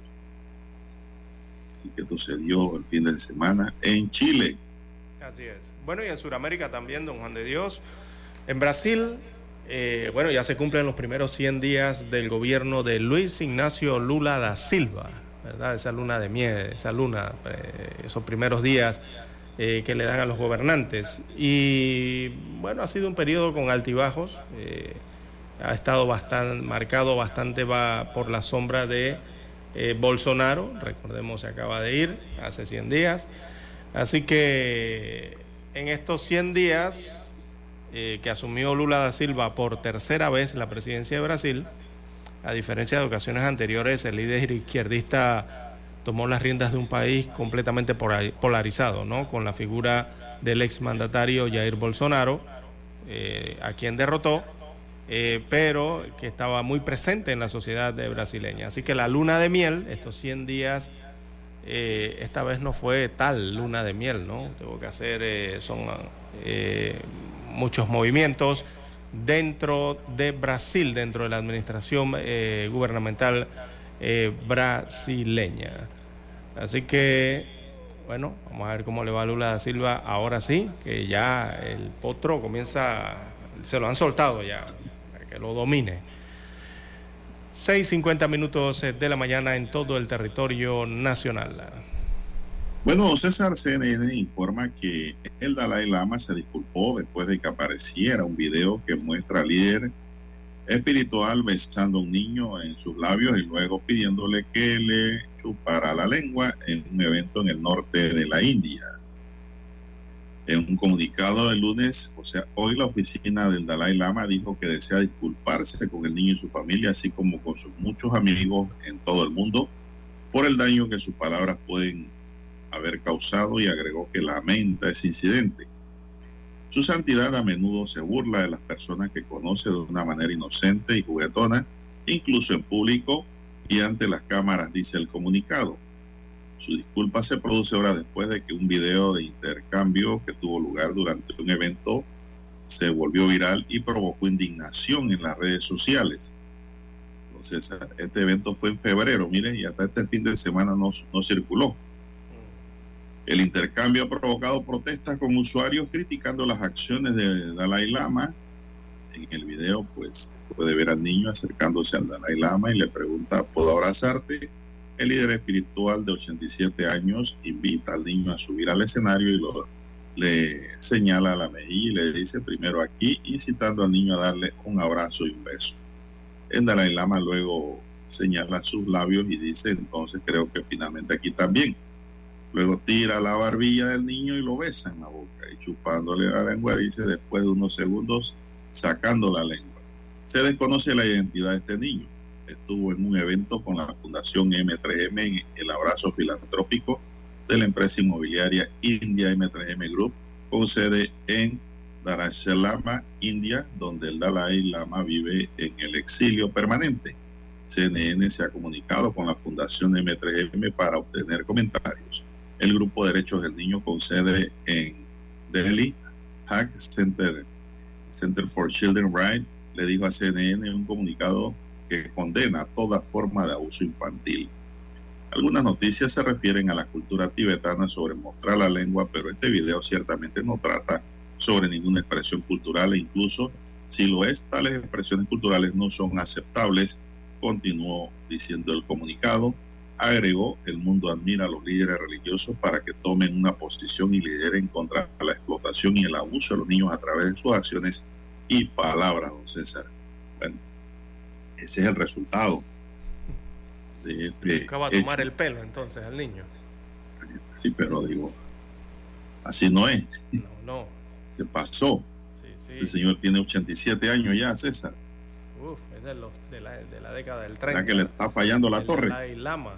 Así que esto se dio el fin de semana en Chile. Así es. Bueno, y en Sudamérica también, don Juan de Dios. En Brasil, eh, bueno, ya se cumplen los primeros cien días del gobierno de Luis Ignacio Lula da Silva, ¿verdad? Esa luna de miel, esa luna, eh, esos primeros días eh, que le dan a los gobernantes. Y bueno, ha sido un periodo con altibajos. Eh, ha estado bastante marcado bastante va por la sombra de eh, Bolsonaro. Recordemos, se acaba de ir hace cien días. Así que en estos cien días eh, que asumió Lula da Silva por tercera vez la presidencia de Brasil, a diferencia de ocasiones anteriores, el líder izquierdista tomó las riendas de un país completamente polarizado, ¿no? Con la figura del exmandatario Jair Bolsonaro, eh, a quien derrotó, eh, pero que estaba muy presente en la sociedad brasileña. Así que la luna de miel, estos cien días, Eh, esta vez no fue tal luna de miel, ¿no? Tengo que hacer, eh, son eh, muchos movimientos dentro de Brasil, dentro de la administración eh, gubernamental eh, brasileña. Así que, bueno, vamos a ver cómo le va a Lula da Silva ahora sí, que ya el potro comienza, se lo han soltado ya, para que lo domine. seis cincuenta minutos de la mañana en todo el territorio nacional. Bueno, César, C N N informa que el Dalai Lama se disculpó después de que apareciera un video que muestra al líder espiritual besando a un niño en sus labios y luego pidiéndole que le chupara la lengua en un evento en el norte de la India. En un comunicado el lunes, o sea, hoy la oficina del Dalai Lama dijo que desea disculparse con el niño y su familia, así como con sus muchos amigos en todo el mundo, por el daño que sus palabras pueden haber causado, y agregó que lamenta ese incidente. Su santidad a menudo se burla de las personas que conoce de una manera inocente y juguetona, incluso en público y ante las cámaras, dice el comunicado. Su disculpa se produce horas después de que un video de intercambio que tuvo lugar durante un evento se volvió viral y provocó indignación en las redes sociales. Entonces, este evento fue en febrero, miren, y hasta este fin de semana no, no circuló. El intercambio ha provocado protestas con usuarios criticando las acciones de Dalai Lama. En el video, pues, puede ver al niño acercándose al Dalai Lama y le pregunta, ¿puedo abrazarte? El líder espiritual de ochenta y siete años invita al niño a subir al escenario y lo, le señala la mejilla y le dice primero aquí, incitando al niño a darle un abrazo y un beso. El Dalai Lama luego señala sus labios y dice, entonces creo que finalmente aquí también. Luego tira la barbilla del niño y lo besa en la boca y chupándole la lengua dice, después de unos segundos, sacando la lengua. Se desconoce la identidad de este niño. Estuvo en un evento con la Fundación M tres M en el abrazo filantrópico de la empresa inmobiliaria India M tres M Group, con sede en Dharamsala, India, donde el Dalai Lama vive en el exilio permanente. C N N se ha comunicado con la Fundación M tres M para obtener comentarios. El Grupo de Derechos del Niño, con sede en Delhi, Hack Center, Center for Children Rights, le dijo a C N N en un comunicado que condena toda forma de abuso infantil. Algunas noticias se refieren a la cultura tibetana sobre mostrar la lengua, pero este video ciertamente no trata sobre ninguna expresión cultural e incluso si lo es, tales expresiones culturales no son aceptables, continuó diciendo el comunicado. Agregó, el mundo admira a los líderes religiosos para que tomen una posición y lideren contra la explotación y el abuso de los niños a través de sus acciones y palabras, don César. Bueno, ese es el resultado de este Buscaba hecho. tomar el pelo entonces al niño. Sí, pero digo, así no es. No, no. Se pasó. Sí, sí. El señor tiene ochenta y siete años ya, César. Uf, es de, los, de, la, de la década del ¿Será treinta. que le está fallando la el torre? Dalai Lama.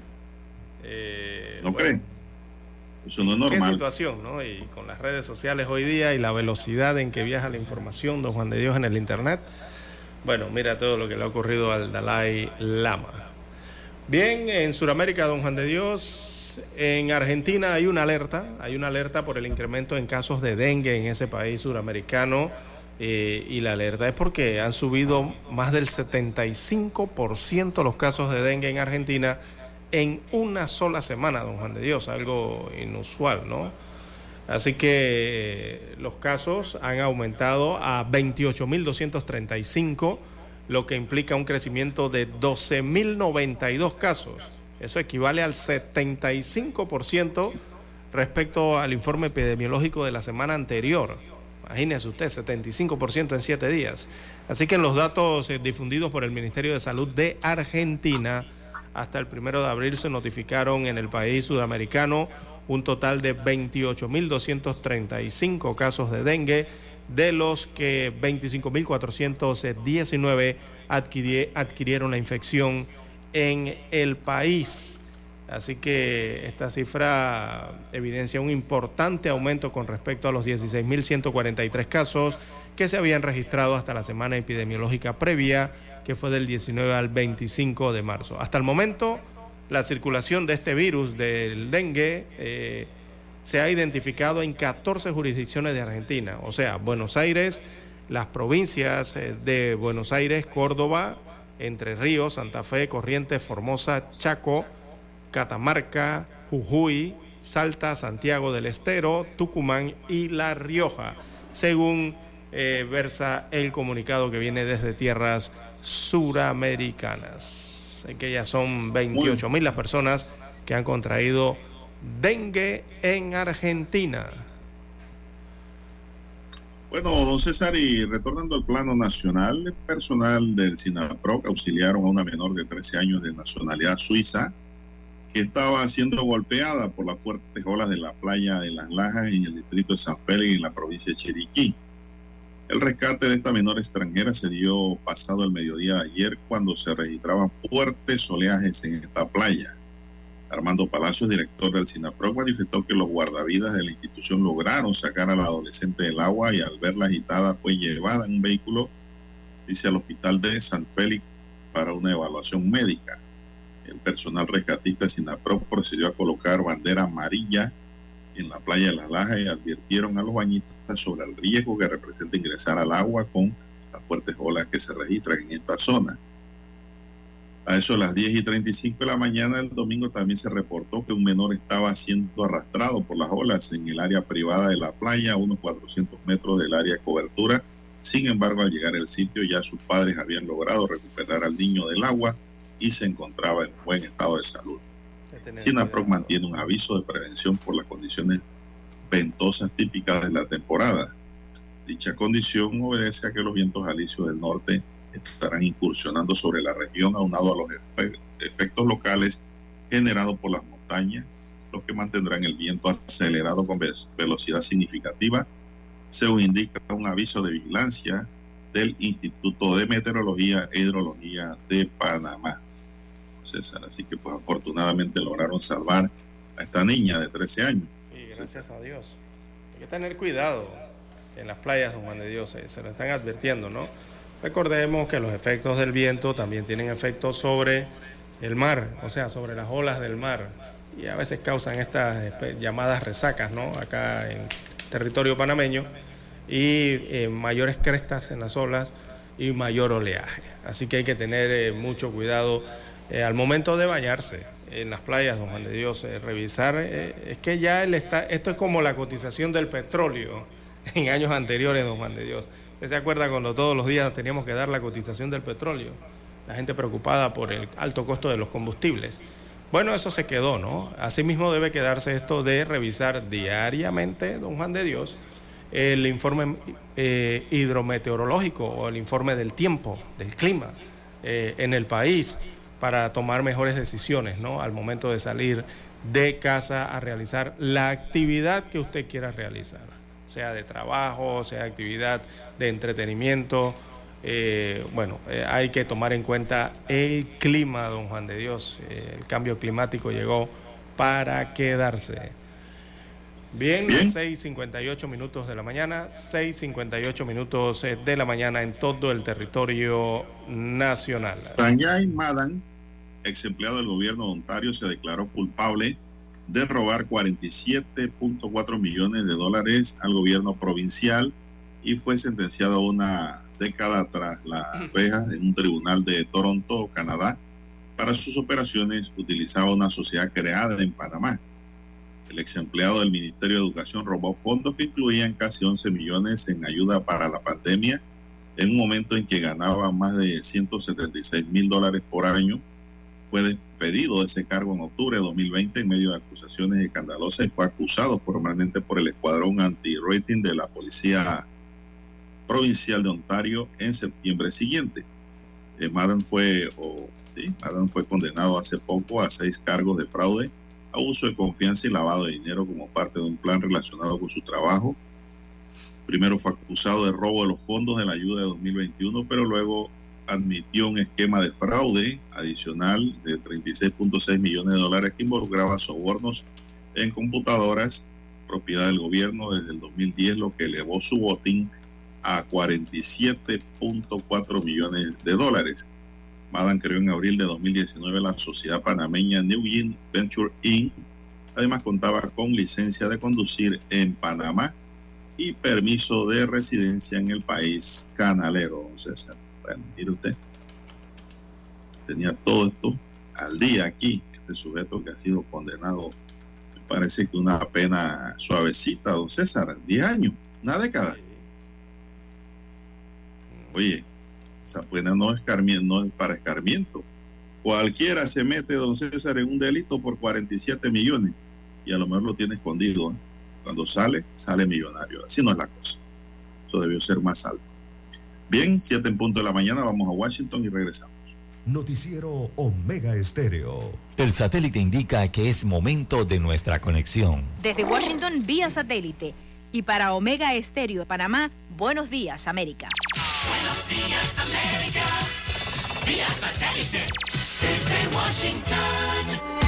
Eh, ¿No bueno, creen? Eso no es Qué normal. situación, ¿no? Y con las redes sociales hoy día y la velocidad en que viaja la información, don Juan de Dios, en el internet. Bueno, mira todo lo que le ha ocurrido al Dalai Lama. Bien, en Sudamérica, don Juan de Dios, en Argentina hay una alerta, hay una alerta por el incremento en casos de dengue en ese país suramericano. Eh, y la alerta es porque han subido más del setenta y cinco por ciento los casos de dengue en Argentina en una sola semana, don Juan de Dios, algo inusual, ¿no? Así que los casos han aumentado a veintiocho mil doscientos treinta y cinco, lo que implica un crecimiento de doce mil noventa y dos casos. Eso equivale al setenta y cinco por ciento respecto al informe epidemiológico de la semana anterior. Imagínese usted, setenta y cinco por ciento en siete días. Así que en los datos eh, difundidos por el Ministerio de Salud de Argentina, hasta el primero de abril se notificaron en el país sudamericano un total de veintiocho mil doscientos treinta y cinco casos de dengue, de los que veinticinco mil cuatrocientos diecinueve adquirí, adquirieron la infección en el país. Así que esta cifra evidencia un importante aumento con respecto a los dieciséis mil ciento cuarenta y tres casos que se habían registrado hasta la semana epidemiológica previa, que fue del diecinueve al veinticinco de marzo. Hasta el momento, la circulación de este virus del dengue eh, se ha identificado en catorce jurisdicciones de Argentina, o sea, Buenos Aires, las provincias eh, de Buenos Aires, Córdoba, Entre Ríos, Santa Fe, Corrientes, Formosa, Chaco, Catamarca, Jujuy, Salta, Santiago del Estero, Tucumán y La Rioja, según eh, versa el comunicado que viene desde tierras suramericanas. Así que ya son veintiocho mil las personas que han contraído dengue en Argentina. Bueno, don César, y retornando al plano nacional, el personal del SINAPROC auxiliaron a una menor de trece años de nacionalidad suiza que estaba siendo golpeada por las fuertes olas de la playa de Las Lajas en el distrito de San Félix, en la provincia de Chiriquí. El rescate de esta menor extranjera se dio pasado el mediodía de ayer, cuando se registraban fuertes oleajes en esta playa. Armando Palacios, director del SINAPROC, manifestó que los guardavidas de la institución lograron sacar a la adolescente del agua y al verla agitada fue llevada en un vehículo, dice, al hospital de San Félix para una evaluación médica. El personal rescatista de SINAPROC procedió a colocar bandera amarilla en la playa de Las Lajas y advirtieron a los bañistas sobre el riesgo que representa ingresar al agua con las fuertes olas que se registran en esta zona. A eso de las diez y treinta y cinco de la mañana del domingo también se reportó que un menor estaba siendo arrastrado por las olas en el área privada de la playa, a unos cuatrocientos metros del área de cobertura. Sin embargo, al llegar al sitio ya sus padres habían logrado recuperar al niño del agua y se encontraba en buen estado de salud. SINAPROC mantiene un aviso de prevención por las condiciones ventosas típicas de la temporada. Dicha condición obedece a que los vientos alisios del norte estarán incursionando sobre la región, aunado a los efe- efectos locales generados por las montañas, los que mantendrán el viento acelerado con ve- velocidad significativa, según indica un aviso de vigilancia del Instituto de Meteorología e Hidrología de Panamá. César, así que pues afortunadamente lograron salvar a esta niña de trece años. Y gracias César. a Dios. Hay que tener cuidado en las playas, don Juan de Dios, eh, se lo están advirtiendo, ¿no? Recordemos que los efectos del viento también tienen efectos sobre el mar, o sea, sobre las olas del mar, y a veces causan estas llamadas resacas, ¿no? Acá en territorio panameño, y eh, mayores crestas en las olas y mayor oleaje. Así que hay que tener eh, mucho cuidado eh, al momento de bañarse en las playas, don Juan de Dios, eh, revisar, eh, es que ya él está, esto es como la cotización del petróleo en años anteriores, don Juan de Dios. ¿Usted se acuerda cuando todos los días teníamos que dar la cotización del petróleo? La gente preocupada por el alto costo de los combustibles. Bueno, eso se quedó, ¿no? Asimismo debe quedarse esto de revisar diariamente, don Juan de Dios, el informe eh, hidrometeorológico o el informe del tiempo, del clima eh, en el país, para tomar mejores decisiones, ¿no? Al momento de salir de casa a realizar la actividad que usted quiera realizar, sea de trabajo, sea actividad de entretenimiento. Eh, bueno, eh, hay que tomar en cuenta el clima, don Juan de Dios. Eh, el cambio climático llegó para quedarse. Bien, Bien. seis cincuenta y ocho minutos de la mañana, seis cincuenta y ocho minutos de la mañana en todo el territorio nacional. Sanjay Madan, ex empleado del gobierno de Ontario, se declaró culpable de robar cuarenta y siete punto cuatro millones de dólares al gobierno provincial y fue sentenciado a una década tras las rejas en un tribunal de Toronto, Canadá. Para sus operaciones utilizaba una sociedad creada en Panamá. El ex empleado del Ministerio de Educación robó fondos que incluían casi once millones en ayuda para la pandemia en un momento en que ganaba más de ciento setenta y seis mil dólares por año. Fue despedido de ese cargo en octubre de dos mil veinte en medio de acusaciones escandalosas y fue acusado formalmente por el escuadrón anti-rating de la Policía Provincial de Ontario en septiembre siguiente. Eh, Madden fue, oh, sí, Madden fue condenado hace poco a seis cargos de fraude, abuso de confianza y lavado de dinero como parte de un plan relacionado con su trabajo. Primero fue acusado de robo de los fondos de la ayuda de dos mil veintiuno, pero luego admitió un esquema de fraude adicional de treinta y seis punto seis millones de dólares que involucraba sobornos en computadoras propiedad del gobierno desde el dos mil diez, lo que elevó su botín a cuarenta y siete punto cuatro millones de dólares. Madan creó en abril de dos mil diecinueve la sociedad panameña New Yin Venture incorporated. Además contaba con licencia de conducir en Panamá y permiso de residencia en el país canalero, don César. Bueno, mire usted, tenía todo esto al día aquí, este sujeto que ha sido condenado, me parece que una pena suavecita, don César, diez años, una década. Oye, esa pena no es, no es para escarmiento. Cualquiera se mete, don César, en un delito por cuarenta y siete millones y a lo mejor lo tiene escondido, ¿eh? Cuando sale, sale millonario. Así no es la cosa. Eso debió ser más alto. Bien, siete en punto de la mañana, vamos a Washington y regresamos. Noticiero Omega Estéreo. El satélite indica que es momento de nuestra conexión. Desde Washington, vía satélite. Y para Omega Estéreo de Panamá, buenos días, América. Buenos días, América. Vía satélite. Desde Washington.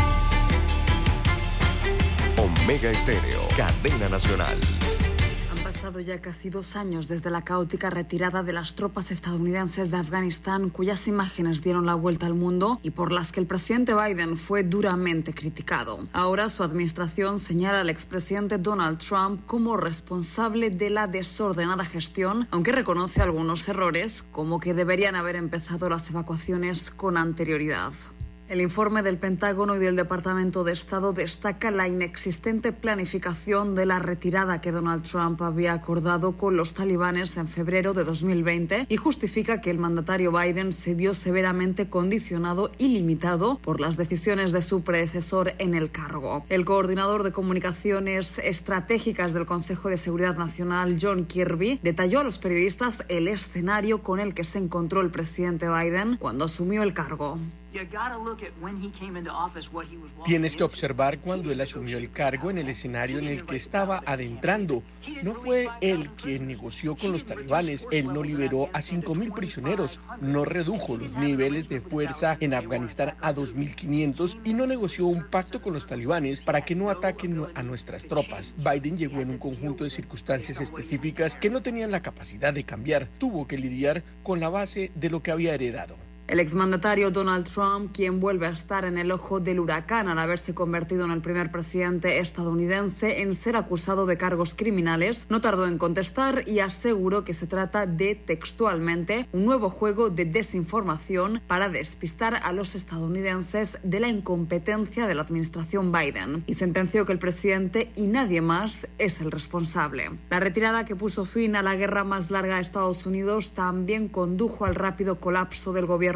Omega Estéreo, cadena nacional. Han pasado ya casi dos años desde la caótica retirada de las tropas estadounidenses de Afganistán, cuyas imágenes dieron la vuelta al mundo y por las que el presidente Biden fue duramente criticado. Ahora su administración señala al expresidente Donald Trump como responsable de la desordenada gestión, aunque reconoce algunos errores, como que deberían haber empezado las evacuaciones con anterioridad. El informe del Pentágono y del Departamento de Estado destaca la inexistente planificación de la retirada que Donald Trump había acordado con los talibanes en febrero de dos mil veinte y justifica que el mandatario Biden se vio severamente condicionado y limitado por las decisiones de su predecesor en el cargo. El coordinador de comunicaciones estratégicas del Consejo de Seguridad Nacional, John Kirby, detalló a los periodistas el escenario con el que se encontró el presidente Biden cuando asumió el cargo. Tienes que observar cuando él asumió el cargo en el escenario en el que estaba adentrando. No fue él quien negoció con los talibanes, él no liberó a cinco mil prisioneros, no redujo los niveles de fuerza en Afganistán a dos mil quinientos y no negoció un pacto con los talibanes para que no ataquen a nuestras tropas. Biden llegó en un conjunto de circunstancias específicas que no tenían la capacidad de cambiar. Tuvo que lidiar con la base de lo que había heredado. El exmandatario Donald Trump, quien vuelve a estar en el ojo del huracán al haberse convertido en el primer presidente estadounidense en ser acusado de cargos criminales, no tardó en contestar y aseguró que se trata de, textualmente, un nuevo juego de desinformación para despistar a los estadounidenses de la incompetencia de la administración Biden y sentenció que el presidente y nadie más es el responsable. La retirada que puso fin a la guerra más larga de Estados Unidos también condujo al rápido colapso del gobierno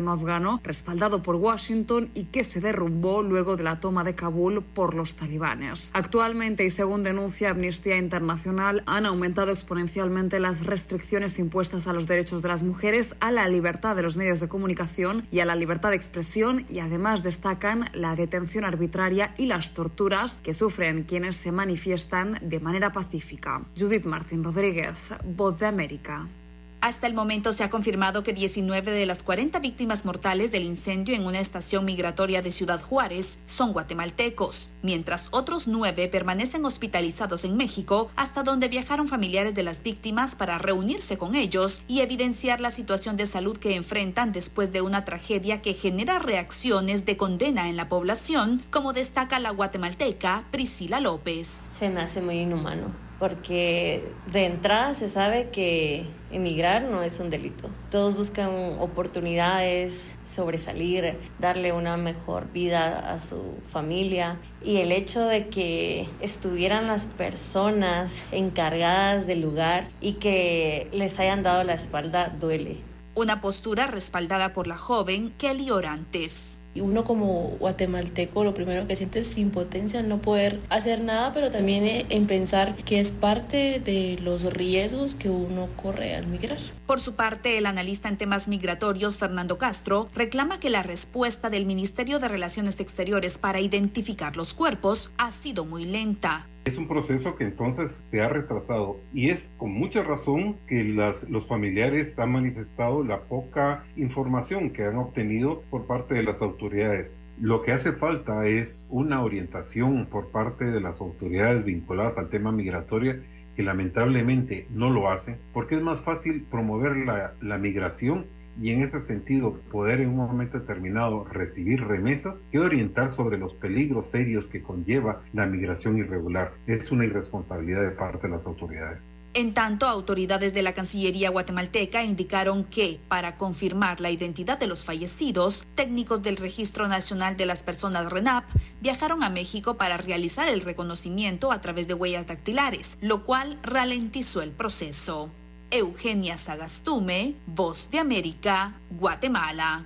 gobierno afgano respaldado por Washington y que se derrumbó luego de la toma de Kabul por los talibanes. Actualmente, y según denuncia Amnistía Internacional, han aumentado exponencialmente las restricciones impuestas a los derechos de las mujeres, a la libertad de los medios de comunicación y a la libertad de expresión, y además destacan la detención arbitraria y las torturas que sufren quienes se manifiestan de manera pacífica. Judith Martín Rodríguez, Voz de América. Hasta el momento se ha confirmado que diecinueve de las cuarenta víctimas mortales del incendio en una estación migratoria de Ciudad Juárez son guatemaltecos, mientras otros nueve permanecen hospitalizados en México, hasta donde viajaron familiares de las víctimas para reunirse con ellos y evidenciar la situación de salud que enfrentan después de una tragedia que genera reacciones de condena en la población, como destaca la guatemalteca Priscila López. Se me hace muy inhumano, porque de entrada se sabe que emigrar no es un delito. Todos buscan oportunidades, sobresalir, darle una mejor vida a su familia, y el hecho de que estuvieran las personas encargadas del lugar y que les hayan dado la espalda duele. Una postura respaldada por la joven Kelly Orantes. Y uno como guatemalteco lo primero que siente es impotencia al no poder hacer nada, pero también en pensar que es parte de los riesgos que uno corre al migrar. Por su parte, el analista en temas migratorios Fernando Castro reclama que la respuesta del Ministerio de Relaciones Exteriores para identificar los cuerpos ha sido muy lenta. Es un proceso que entonces se ha retrasado, y es con mucha razón que las, los familiares han manifestado la poca información que han obtenido por parte de las autoridades. Lo que hace falta es una orientación por parte de las autoridades vinculadas al tema migratorio, que lamentablemente no lo hacen, porque es más fácil promover la, la migración y en ese sentido poder en un momento determinado recibir remesas que orientar sobre los peligros serios que conlleva la migración irregular. Es una irresponsabilidad de parte de las autoridades. En tanto, autoridades de la Cancillería guatemalteca indicaron que, para confirmar la identidad de los fallecidos, técnicos del Registro Nacional de las Personas RENAP viajaron a México para realizar el reconocimiento a través de huellas dactilares, lo cual ralentizó el proceso. Eugenia Sagastume, Voz de América, Guatemala.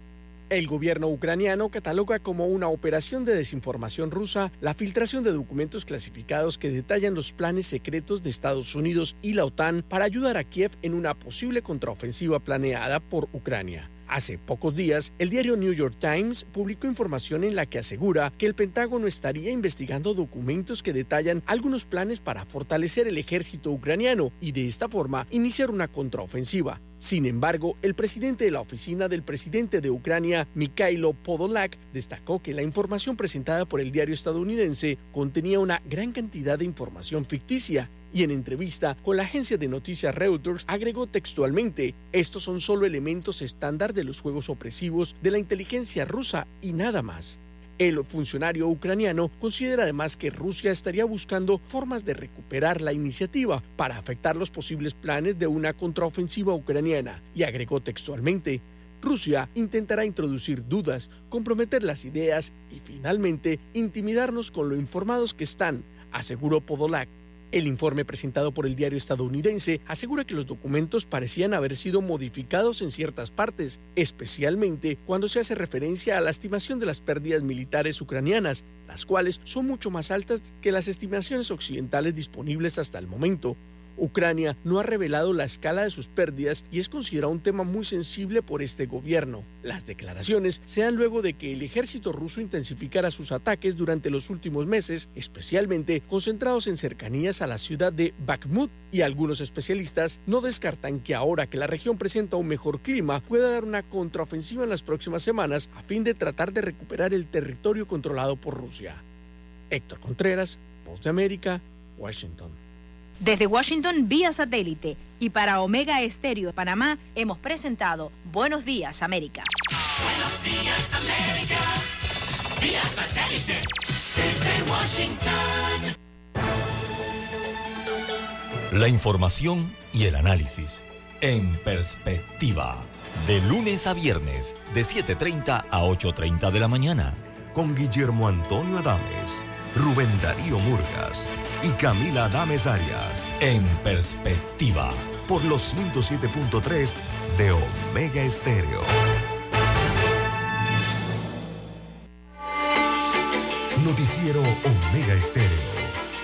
El gobierno ucraniano cataloga como una operación de desinformación rusa la filtración de documentos clasificados que detallan los planes secretos de Estados Unidos y la OTAN para ayudar a Kiev en una posible contraofensiva planeada por Ucrania. Hace pocos días, el diario New York Times publicó información en la que asegura que el Pentágono estaría investigando documentos que detallan algunos planes para fortalecer el ejército ucraniano y de esta forma iniciar una contraofensiva. Sin embargo, el presidente de la oficina del presidente de Ucrania, Mikhailo Podolak, destacó que la información presentada por el diario estadounidense contenía una gran cantidad de información ficticia. Y en entrevista con la agencia de noticias Reuters agregó textualmente: estos son solo elementos estándar de los juegos opresivos de la inteligencia rusa y nada más. El funcionario ucraniano considera además que Rusia estaría buscando formas de recuperar la iniciativa para afectar los posibles planes de una contraofensiva ucraniana, y agregó textualmente: Rusia intentará introducir dudas, comprometer las ideas y finalmente intimidarnos con lo informados que están, aseguró Podolak. El informe presentado por el diario estadounidense asegura que los documentos parecían haber sido modificados en ciertas partes, especialmente cuando se hace referencia a la estimación de las pérdidas militares ucranianas, las cuales son mucho más altas que las estimaciones occidentales disponibles hasta el momento. Ucrania no ha revelado la escala de sus pérdidas y es considerado un tema muy sensible por este gobierno. Las declaraciones se dan luego de que el ejército ruso intensificara sus ataques durante los últimos meses, especialmente concentrados en cercanías a la ciudad de Bakhmut, y algunos especialistas no descartan que ahora que la región presenta un mejor clima pueda dar una contraofensiva en las próximas semanas a fin de tratar de recuperar el territorio controlado por Rusia. Héctor Contreras, Voz de América, Washington. Desde Washington, vía satélite, y para Omega Estéreo de Panamá, hemos presentado Buenos Días, América. Buenos Días, América, vía satélite, desde Washington. La información y el análisis en perspectiva, de lunes a viernes, de siete y media a ocho y media de la mañana, con Guillermo Antonio Adames, Rubén Darío Murgas y Camila Adames Arias. En perspectiva, por los ciento siete punto tres de Omega Estéreo. Noticiero Omega Estéreo.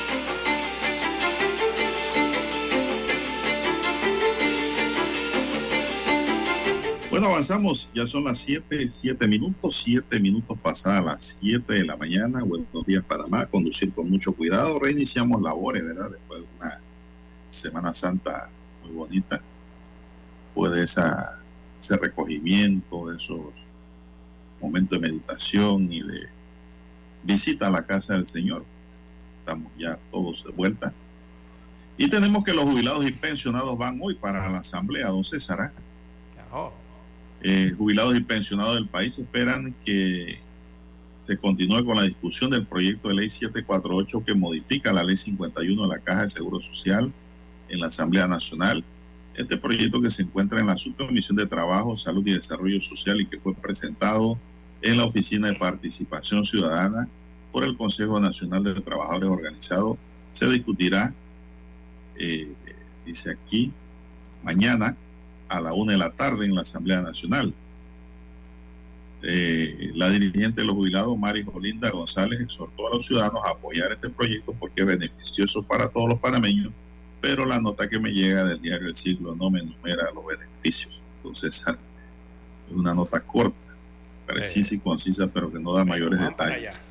Bueno, avanzamos, ya son las siete, siete minutos, siete minutos pasadas las siete de la mañana. Buenos días, Panamá. Conducir con mucho cuidado. Reiniciamos labores, ¿verdad? Después de una Semana Santa muy bonita. Después de esa, ese recogimiento, de esos momentos de meditación y de visita a la casa del Señor. Pues, estamos ya todos de vuelta. Y tenemos que los jubilados y pensionados van hoy para la asamblea, don César. Oh. Eh, jubilados y pensionados del país esperan que se continúe con la discusión del proyecto de ley setecientos cuarenta y ocho que modifica la ley cincuenta y uno de la Caja de Seguro Social en la Asamblea Nacional. Este proyecto, que se encuentra en la Subcomisión de Trabajo, Salud y Desarrollo Social y que fue presentado en la Oficina de Participación Ciudadana por el Consejo Nacional de Trabajadores Organizados, se discutirá, eh, dice aquí, mañana a la una de la tarde en la Asamblea Nacional. Eh, la dirigente de los jubilados, Mari Jolinda González, exhortó a los ciudadanos a apoyar este proyecto porque es beneficioso para todos los panameños, pero la nota que me llega del diario El Siglo no me enumera los beneficios. Entonces, es una nota corta, precisa y concisa, pero que no da mayores detalles.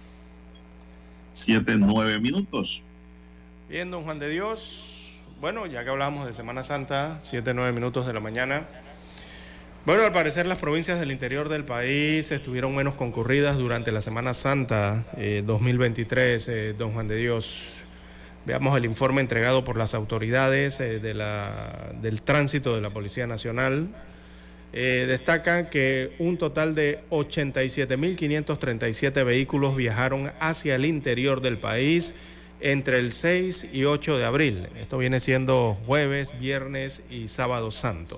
Siete, nueve minutos. Bien, don Juan de Dios. Bueno, ya que hablamos de Semana Santa, siete, nueve minutos de la mañana. Bueno, al parecer las provincias del interior del país estuvieron menos concurridas durante la Semana Santa eh, dos mil veintitrés, eh, don Juan de Dios. Veamos el informe entregado por las autoridades eh, de la, del tránsito de la Policía Nacional. Eh, destacan que un total de ochenta y siete mil quinientos treinta y siete vehículos viajaron hacia el interior del país entre el seis y ocho de abril. Esto viene siendo jueves, viernes y sábado santo.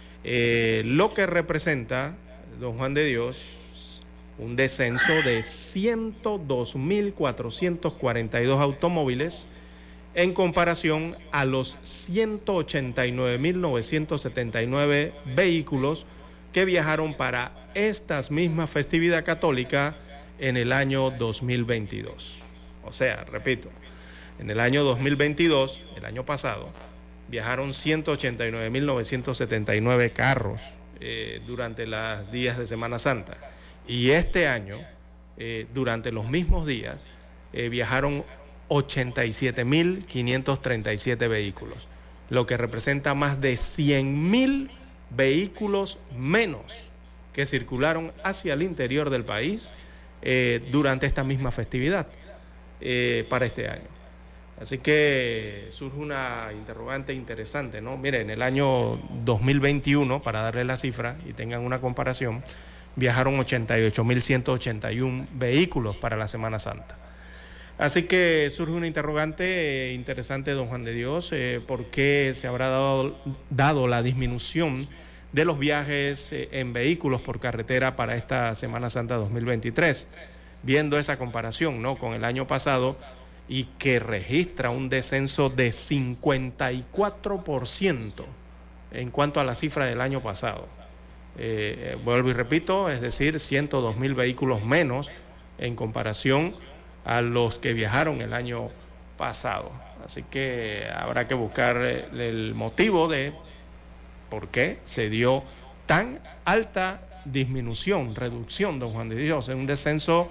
Eh, lo que representa, don Juan de Dios, un descenso de ciento dos mil cuatrocientos cuarenta y dos automóviles en comparación a los ciento ochenta y nueve mil novecientos setenta y nueve vehículos que viajaron para estas mismas festividad católica en el año dos mil veintidós. O sea, repito, en el año dos mil veintidós, el año pasado, viajaron ciento ochenta y nueve mil novecientos setenta y nueve carros eh, durante los días de Semana Santa. Y este año, eh, durante los mismos días, eh, viajaron ochenta y siete mil quinientos treinta y siete vehículos, lo que representa más de cien mil vehículos menos que circularon hacia el interior del país eh, durante esta misma festividad eh, para este año. Así que surge una interrogante interesante, ¿no? Miren, en el año dos mil veintiuno, para darle la cifra y tengan una comparación, viajaron ochenta y ocho mil ciento ochenta y uno vehículos para la Semana Santa. Así que surge una interrogante eh, interesante, don Juan de Dios, eh, ¿por qué se habrá dado, dado la disminución de los viajes eh, en vehículos por carretera para esta Semana Santa dos mil veintitrés? Viendo esa comparación, ¿no?, con el año pasado, y que registra un descenso de cincuenta y cuatro por ciento en cuanto a la cifra del año pasado. Eh, vuelvo y repito, es decir, ciento dos mil vehículos menos en comparación a los que viajaron el año pasado. Así que habrá que buscar el motivo de por qué se dio tan alta disminución, reducción, don Juan de Dios, en un descenso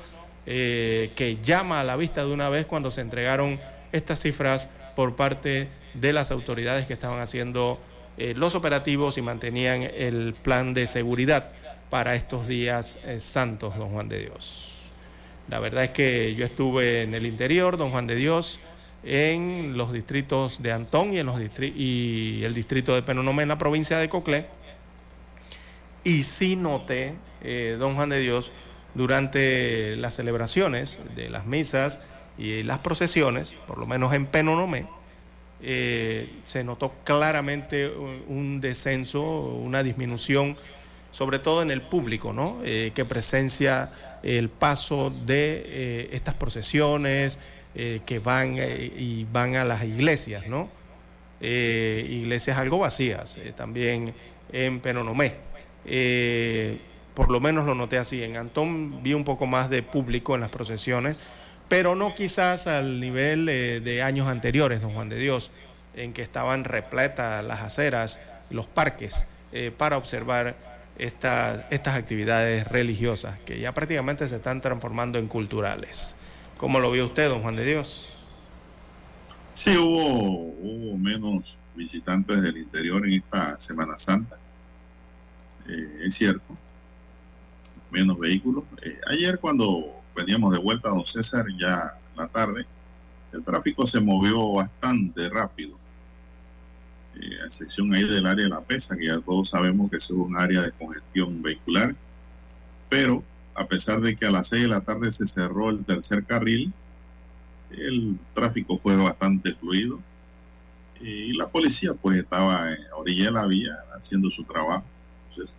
Eh, que llama a la vista de una vez cuando se entregaron estas cifras por parte de las autoridades que estaban haciendo eh, los operativos y mantenían el plan de seguridad para estos días eh, santos, don Juan de Dios. La verdad es que yo estuve en el interior, don Juan de Dios, en los distritos de Antón y, en los distri- y el distrito de Penonomé, en la provincia de Coclé, y sí noté, eh, don Juan de Dios, durante las celebraciones de las misas y las procesiones, por lo menos en Penonomé, eh, se notó claramente un descenso, una disminución, sobre todo en el público, ¿no? Eh, que presencia el paso de eh, estas procesiones eh, que van eh, y van a las iglesias, ¿no? Eh, iglesias algo vacías, eh, también en Penonomé. Eh, Por lo menos lo noté así. En Antón vi un poco más de público en las procesiones, pero no quizás al nivel eh, de años anteriores, don Juan de Dios, en que estaban repletas las aceras, los parques, eh, para observar estas, estas actividades religiosas, que ya prácticamente se están transformando en culturales. ¿Cómo lo vio usted, don Juan de Dios? Sí, hubo, hubo menos visitantes del interior en esta Semana Santa. Eh, es cierto, menos vehículos. Eh, ayer cuando veníamos de vuelta, don César, ya en la tarde, el tráfico se movió bastante rápido, eh, a excepción ahí del área de La Pesa, que ya todos sabemos que es un área de congestión vehicular, pero a pesar de que a las seis de la tarde se cerró el tercer carril, el tráfico fue bastante fluido y la policía pues estaba a orilla de la vía haciendo su trabajo. Entonces,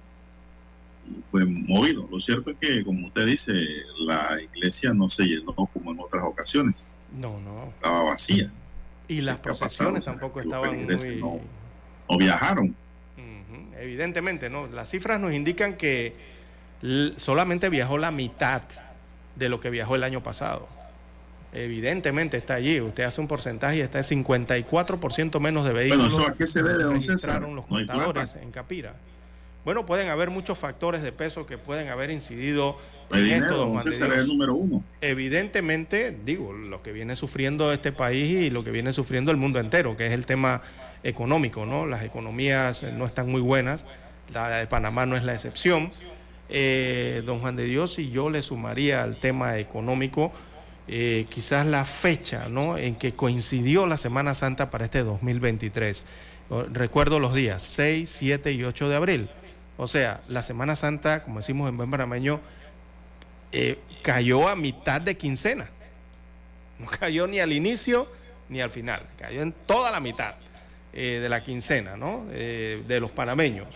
fue movido. Lo cierto es que, como usted dice, la iglesia no se llenó como en otras ocasiones. No, no. Estaba vacía. Y las procesiones tampoco estaban muy... No, no viajaron. Uh-huh. Evidentemente, ¿no? Las cifras nos indican que l- solamente viajó la mitad de lo que viajó el año pasado. Evidentemente está allí. Usted hace un porcentaje y está en cincuenta y cuatro por ciento menos de vehículos. Bueno, ¿eso a qué se debe, don César? Registraron los contadores en Capira. Bueno, pueden haber muchos factores de peso que pueden haber incidido en dinero, esto, don Juan de César Dios. es el número uno. Evidentemente, digo, lo que viene sufriendo este país y lo que viene sufriendo el mundo entero, que es el tema económico, ¿no? Las economías no están muy buenas, la de Panamá no es la excepción. Eh, don Juan de Dios, y yo le sumaría al tema económico eh, quizás la fecha, ¿no?, en que coincidió la Semana Santa para este dos mil veintitrés. Recuerdo los días seis, siete y ocho de abril. O sea, la Semana Santa, como decimos en buen panameño, eh, cayó a mitad de quincena. No cayó ni al inicio ni al final. Cayó en toda la mitad eh, de la quincena, ¿no? Eh, de los panameños.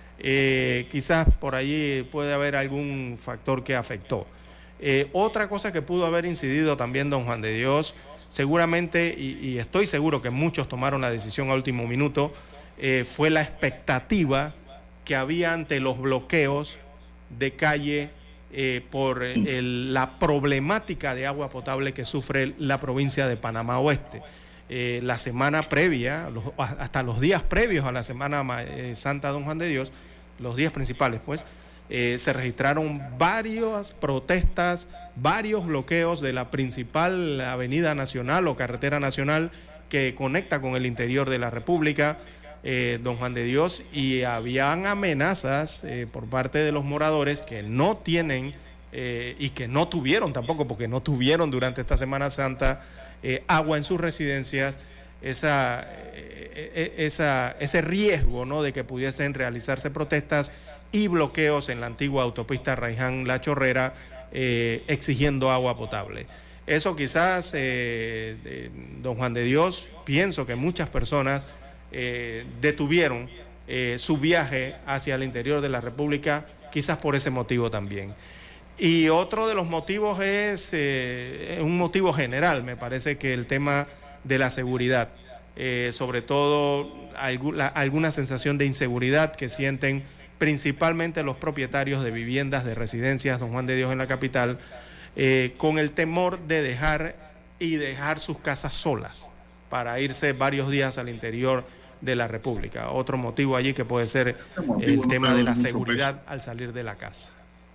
Eh, quizás por allí puede haber algún factor que afectó. Eh, otra cosa que pudo haber incidido también, don Juan de Dios, seguramente, y, y estoy seguro que muchos tomaron la decisión a último minuto, eh, fue la expectativa que había ante los bloqueos de calle eh, por el, la problemática de agua potable que sufre la provincia de Panamá Oeste. Eh, la semana previa, los, hasta los días previos a la Semana eh, Santa Don Juan de Dios, los días principales pues, eh, se registraron varias protestas, varios bloqueos de la principal avenida nacional o carretera nacional que conecta con el interior de la República, Eh, don Juan de Dios, y habían amenazas eh, por parte de los moradores que no tienen eh, y que no tuvieron tampoco, porque no tuvieron durante esta Semana Santa eh, agua en sus residencias, esa, eh, esa, ese riesgo, ¿no?, de que pudiesen realizarse protestas y bloqueos en la antigua autopista Raiján-La Chorrera eh, exigiendo agua potable. Eso quizás, eh, eh, don Juan de Dios, pienso que muchas personas Eh, detuvieron eh, su viaje hacia el interior de la República, quizás por ese motivo también. Y otro de los motivos es eh, un motivo general, me parece que el tema de la seguridad, eh, sobre todo algu la, alguna sensación de inseguridad que sienten principalmente los propietarios de viviendas, de residencias, don Juan de Dios, en la capital, eh, con el temor de dejar y dejar sus casas solas para irse varios días al interior de la República. Otro motivo allí que puede ser el tema de la seguridad al salir de la casa.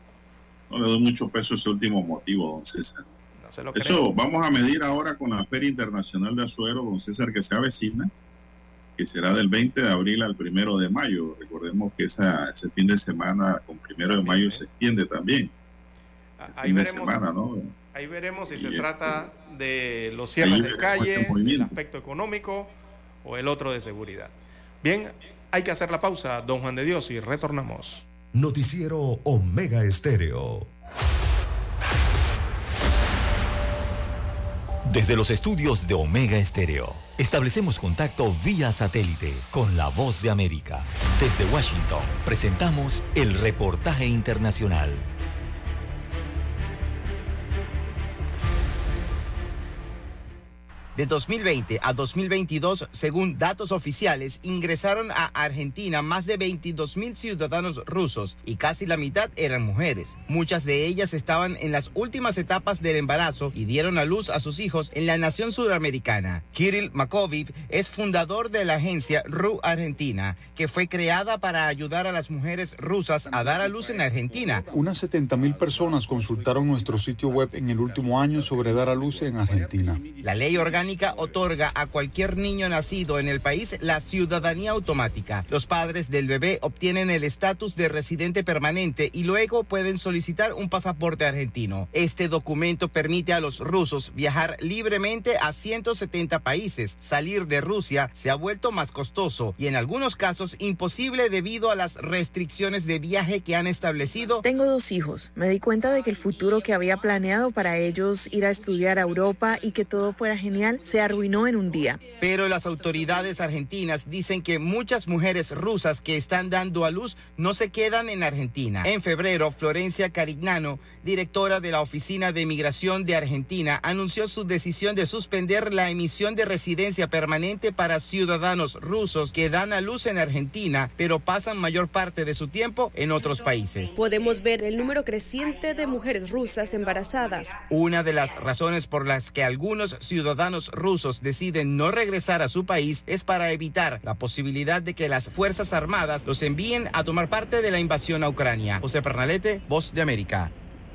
No le doy mucho peso a ese último motivo, don César. No se lo Eso creo. vamos a medir ahora con la Feria Internacional de Azuero, don César, que se avecina, que será del veinte de abril al primero de mayo. Recordemos que esa, ese fin de semana con primero de mayo se extiende también. Ahí fin veremos, de semana, ¿no? ahí veremos si Y se este, trata de los cierres de calle, el el aspecto económico o el otro de seguridad. Bien, hay que hacer la pausa, don Juan de Dios, y retornamos. Noticiero Omega Estéreo. Desde los estudios de Omega Estéreo, establecemos contacto vía satélite con la Voz de América. Desde Washington, presentamos el reportaje internacional. De dos mil veinte a dos mil veintidós, según datos oficiales, ingresaron a Argentina más de veintidós mil ciudadanos rusos y casi la mitad eran mujeres. Muchas de ellas estaban en las últimas etapas del embarazo y dieron a luz a sus hijos en la nación suramericana. Kirill Makovic es fundador de la agencia R U Argentina, que fue creada para ayudar a las mujeres rusas a dar a luz en Argentina. Unas setenta mil personas consultaron nuestro sitio web en el último año sobre dar a luz en Argentina. La ley orgánica otorga a cualquier niño nacido en el país la ciudadanía automática. Los padres del bebé obtienen el estatus de residente permanente y luego pueden solicitar un pasaporte argentino. Este documento permite a los rusos viajar libremente a ciento setenta países. Salir de Rusia se ha vuelto más costoso y en algunos casos imposible debido a las restricciones de viaje que han establecido. Tengo dos hijos. Me di cuenta de que el futuro que había planeado para ellos, ir a estudiar a Europa y que todo fuera genial, se arruinó en un día. Pero las autoridades argentinas dicen que muchas mujeres rusas que están dando a luz no se quedan en Argentina. En febrero, Florencia Carignano, directora de la Oficina de Migración de Argentina, anunció su decisión de suspender la emisión de residencia permanente para ciudadanos rusos que dan a luz en Argentina, pero pasan mayor parte de su tiempo en otros países. Podemos ver el número creciente de mujeres rusas embarazadas. Una de las razones por las que algunos ciudadanos rusos deciden no regresar a su país es para evitar la posibilidad de que las Fuerzas Armadas los envíen a tomar parte de la invasión a Ucrania. José Pernalete, Voz de América.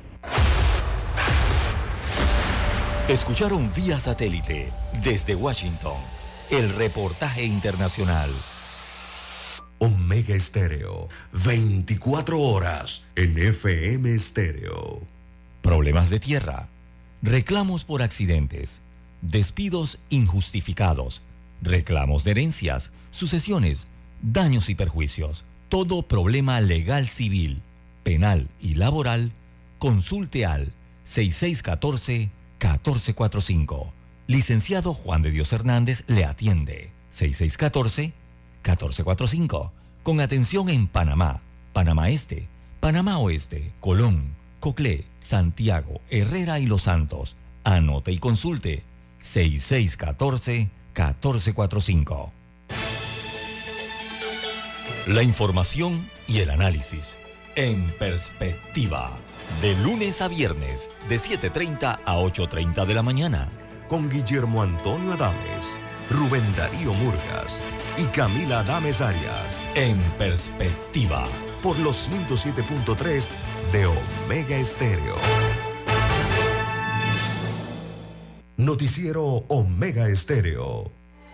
Escucharon vía satélite desde Washington el reportaje internacional. Omega Estéreo, veinticuatro horas en F M Estéreo. Problemas de tierra, reclamos por accidentes, despidos injustificados, reclamos de herencias, sucesiones, daños y perjuicios. Todo problema legal civil, penal y laboral, consulte al seis seis uno cuatro, uno cuatro cuatro cinco. Licenciado Juan de Dios Hernández le atiende. seis seis uno cuatro, uno cuatro cuatro cinco. Con atención en Panamá, Panamá Este, Panamá Oeste, Colón, Coclé, Santiago, Herrera y Los Santos. Anote y consulte seis seis uno cuatro, uno cuatro cuatro cinco. La información y el análisis en perspectiva. De lunes a viernes, de siete y media a ocho y media de la mañana. Con Guillermo Antonio Adames, Rubén Darío Murgas y Camila Adames Arias. En perspectiva. Por los ciento siete punto tres de Omega Estéreo. Noticiero Omega Estéreo.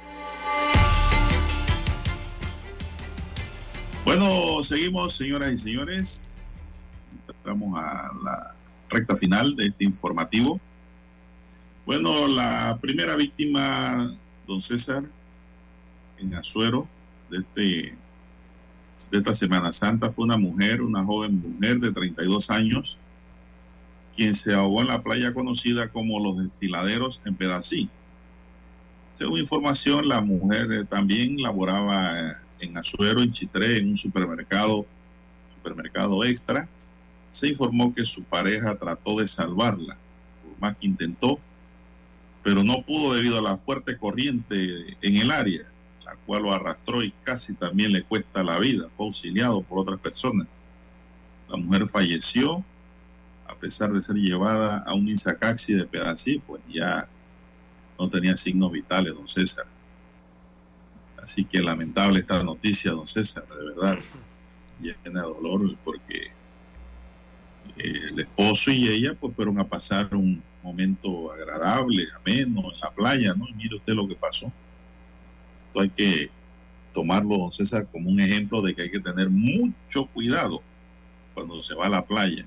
Bueno, seguimos, señoras y señores. Entramos a la recta final de este informativo. Bueno, la primera víctima, don César, en Azuero, de, este, de esta Semana Santa, fue una mujer, una joven mujer de treinta y dos años, quien se ahogó en la playa conocida como Los Destiladeros en Pedací. Según información, la mujer eh, también laboraba en Azuero, en Chitré, en un supermercado, supermercado Extra. Se informó que su pareja trató de salvarla, por más que intentó, pero no pudo debido a la fuerte corriente en el área, la cual lo arrastró y casi también le cuesta la vida. Fue auxiliado por otras personas. La mujer falleció, a pesar de ser llevada a un Isacaxi de Pedací, pues ya no tenía signos vitales, don César. Así que lamentable esta noticia, don César, de verdad. Llena de dolor porque el esposo y ella pues fueron a pasar un momento agradable, ameno en la playa, ¿no? Y mire usted lo que pasó. Esto hay que tomarlo, don César, como un ejemplo de que hay que tener mucho cuidado cuando se va a la playa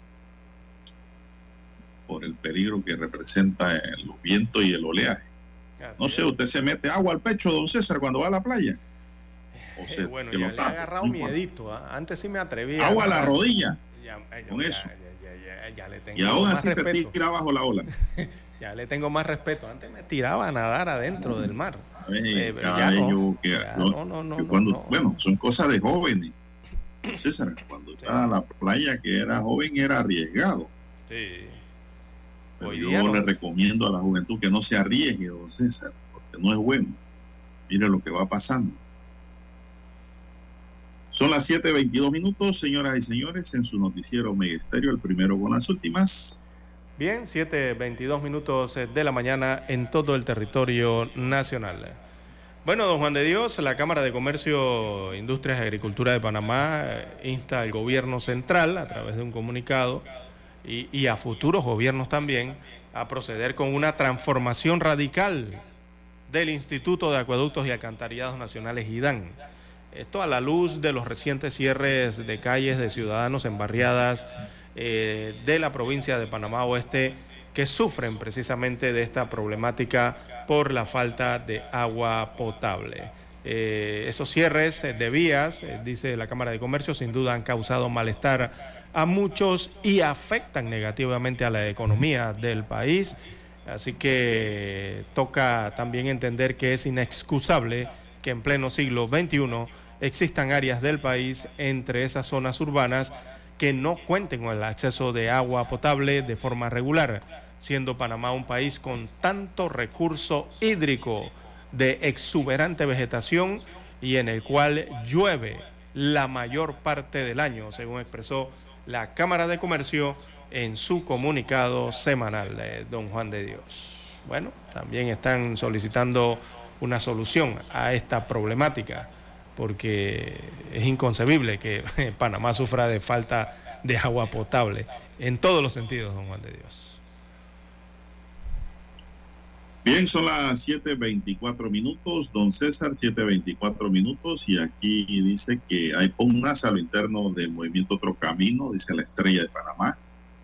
por el peligro que representa los vientos y el oleaje. Así no sé, es. Usted se mete agua al pecho, don César, cuando va a la playa. O sea, eh, bueno, ya le he agarrado no miedito. ¿eh? Antes sí me atrevía. Agua a la rodilla. Ya, ya, con ya, eso. Ya, ya, ya, ya le tengo y aún más así respeto. te tira bajo la ola. Ya le tengo más respeto. Antes me tiraba a nadar adentro del mar. Ver, eh, ya no, que, ya no, no, no, no, que cuando, no, no. Bueno, son cosas de jóvenes. César, cuando sí. estaba a la playa que era joven era arriesgado. Sí. Pero Hoy yo día no. le recomiendo a la juventud que no se arriesgue, don César, que no es bueno. Mire lo que va pasando. Son las siete veintidós minutos, señoras y señores, en su noticiero Omega Estéreo, el primero con las últimas. Bien, siete veintidós minutos de la mañana en todo el territorio nacional. Bueno, don Juan de Dios, la Cámara de Comercio, Industrias y Agricultura de Panamá insta al gobierno central, a través de un comunicado, y, y a futuros gobiernos también, a proceder con una transformación radical del Instituto de Acueductos y Alcantarillados Nacionales, IDAN. Esto a la luz de los recientes cierres de calles de ciudadanos en barriadas eh, de la provincia de Panamá Oeste, que sufren precisamente de esta problemática por la falta de agua potable. Eh, esos cierres de vías, eh, dice la Cámara de Comercio, sin duda han causado malestar a muchos y afectan negativamente a la economía del país. Así que toca también entender que es inexcusable que en pleno siglo veintiuno existan áreas del país, entre esas zonas urbanas, que no cuenten con el acceso de agua potable de forma regular, siendo Panamá un país con tanto recurso hídrico de exuberante vegetación y en el cual llueve la mayor parte del año, según expresó la Cámara de Comercio en su comunicado semanal, de don Juan de Dios. Bueno, también están solicitando una solución a esta problemática, porque es inconcebible que Panamá sufra de falta de agua potable en todos los sentidos, don Juan de Dios. Bien, son las siete veinticuatro minutos, don César, siete veinticuatro minutos, y aquí dice que hay pugnas a lo interno del movimiento Otro Camino, dice la Estrella de Panamá.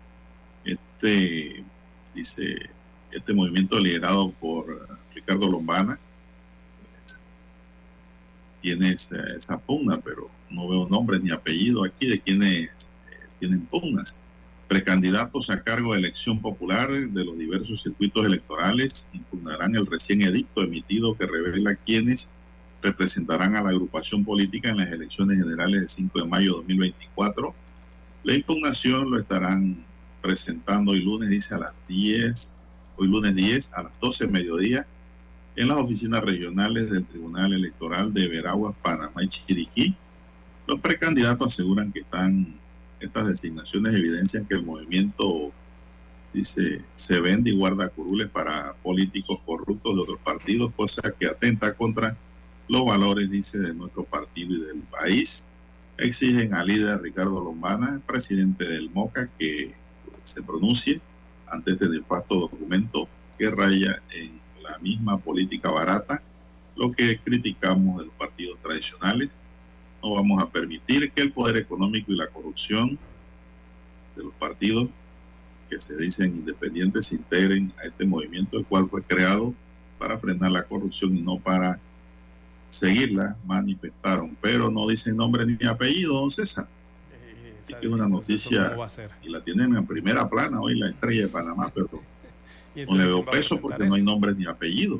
Este, dice, este movimiento liderado por Ricardo Lombana, pues, tiene esa, esa pugna, pero no veo nombres ni apellidos aquí de quienes eh, tienen pugnas. Precandidatos a cargo de elección popular de los diversos circuitos electorales impugnarán el recién edicto emitido que revela quiénes representarán a la agrupación política en las elecciones generales del cinco de mayo de dos mil veinticuatro. La impugnación lo estarán presentando hoy lunes, dice, a las diez, hoy lunes diez, a las doce del mediodía, en las oficinas regionales del Tribunal Electoral de Veraguas, Panamá y Chiriquí. Los precandidatos aseguran que están estas designaciones evidencian que el movimiento, dice, se vende y guarda curules para políticos corruptos de otros partidos, cosa que atenta contra los valores, dice, de nuestro partido y del país. Exigen al líder Ricardo Lombana, presidente del MOCA, que se pronuncie ante este nefasto documento que raya en la misma política barata, lo que criticamos de los partidos tradicionales. No vamos a permitir que el poder económico y la corrupción de los partidos que se dicen independientes se integren a este movimiento, el cual fue creado para frenar la corrupción y no para seguirla, manifestaron, pero no dicen nombre ni apellido, don César. Así que es una noticia y la tienen en primera plana hoy la Estrella de Panamá, pero no le veo peso porque eso? No hay nombres ni apellido.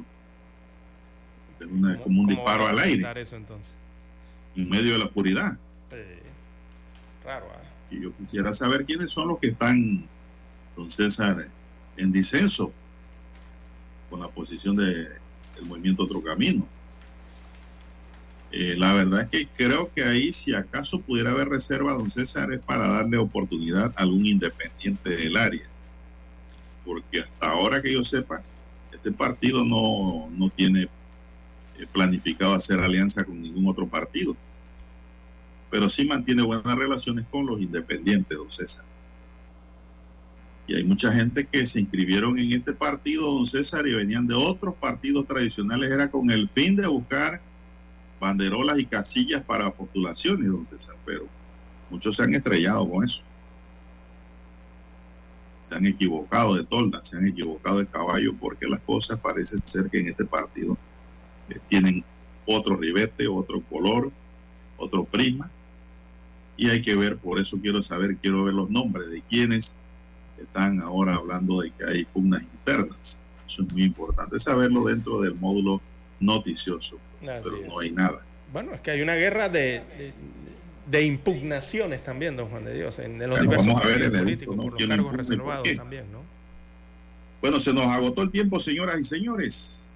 Es una, como un disparo al aire. Eso, entonces? En medio de la oscuridad. Sí. Raro, ¿eh? Y yo quisiera saber quiénes son los que están, don César, en disenso con la posición de, del movimiento Otro Camino. Eh, la verdad es que creo que ahí, si acaso pudiera haber reserva, don César, es para darle oportunidad a algún independiente del área. Porque hasta ahora que yo sepa, este partido no, no tiene planificado hacer alianza con ningún otro partido, pero sí mantiene buenas relaciones con los independientes, don César. Y hay mucha gente que se inscribieron en este partido, don César, y venían de otros partidos tradicionales, era con el fin de buscar banderolas y casillas para postulaciones, don César, pero muchos se han estrellado con eso. Se han equivocado de tolda, se han equivocado de caballo, porque las cosas parece ser que en este partido tienen otro ribete, otro color, otro prisma, y hay que ver, por eso quiero saber, quiero ver los nombres de quienes están ahora hablando de que hay pugnas internas. Eso es muy importante saberlo dentro del módulo noticioso, Así pero es. No hay nada. Bueno, es que hay una guerra de, de, de impugnaciones también, don Juan de Dios, en, en los bueno, diversos vamos a ver el políticos, edicto, ¿no? Por los cargos reservados también, ¿no? Bueno, se nos agotó el tiempo, señoras y señores.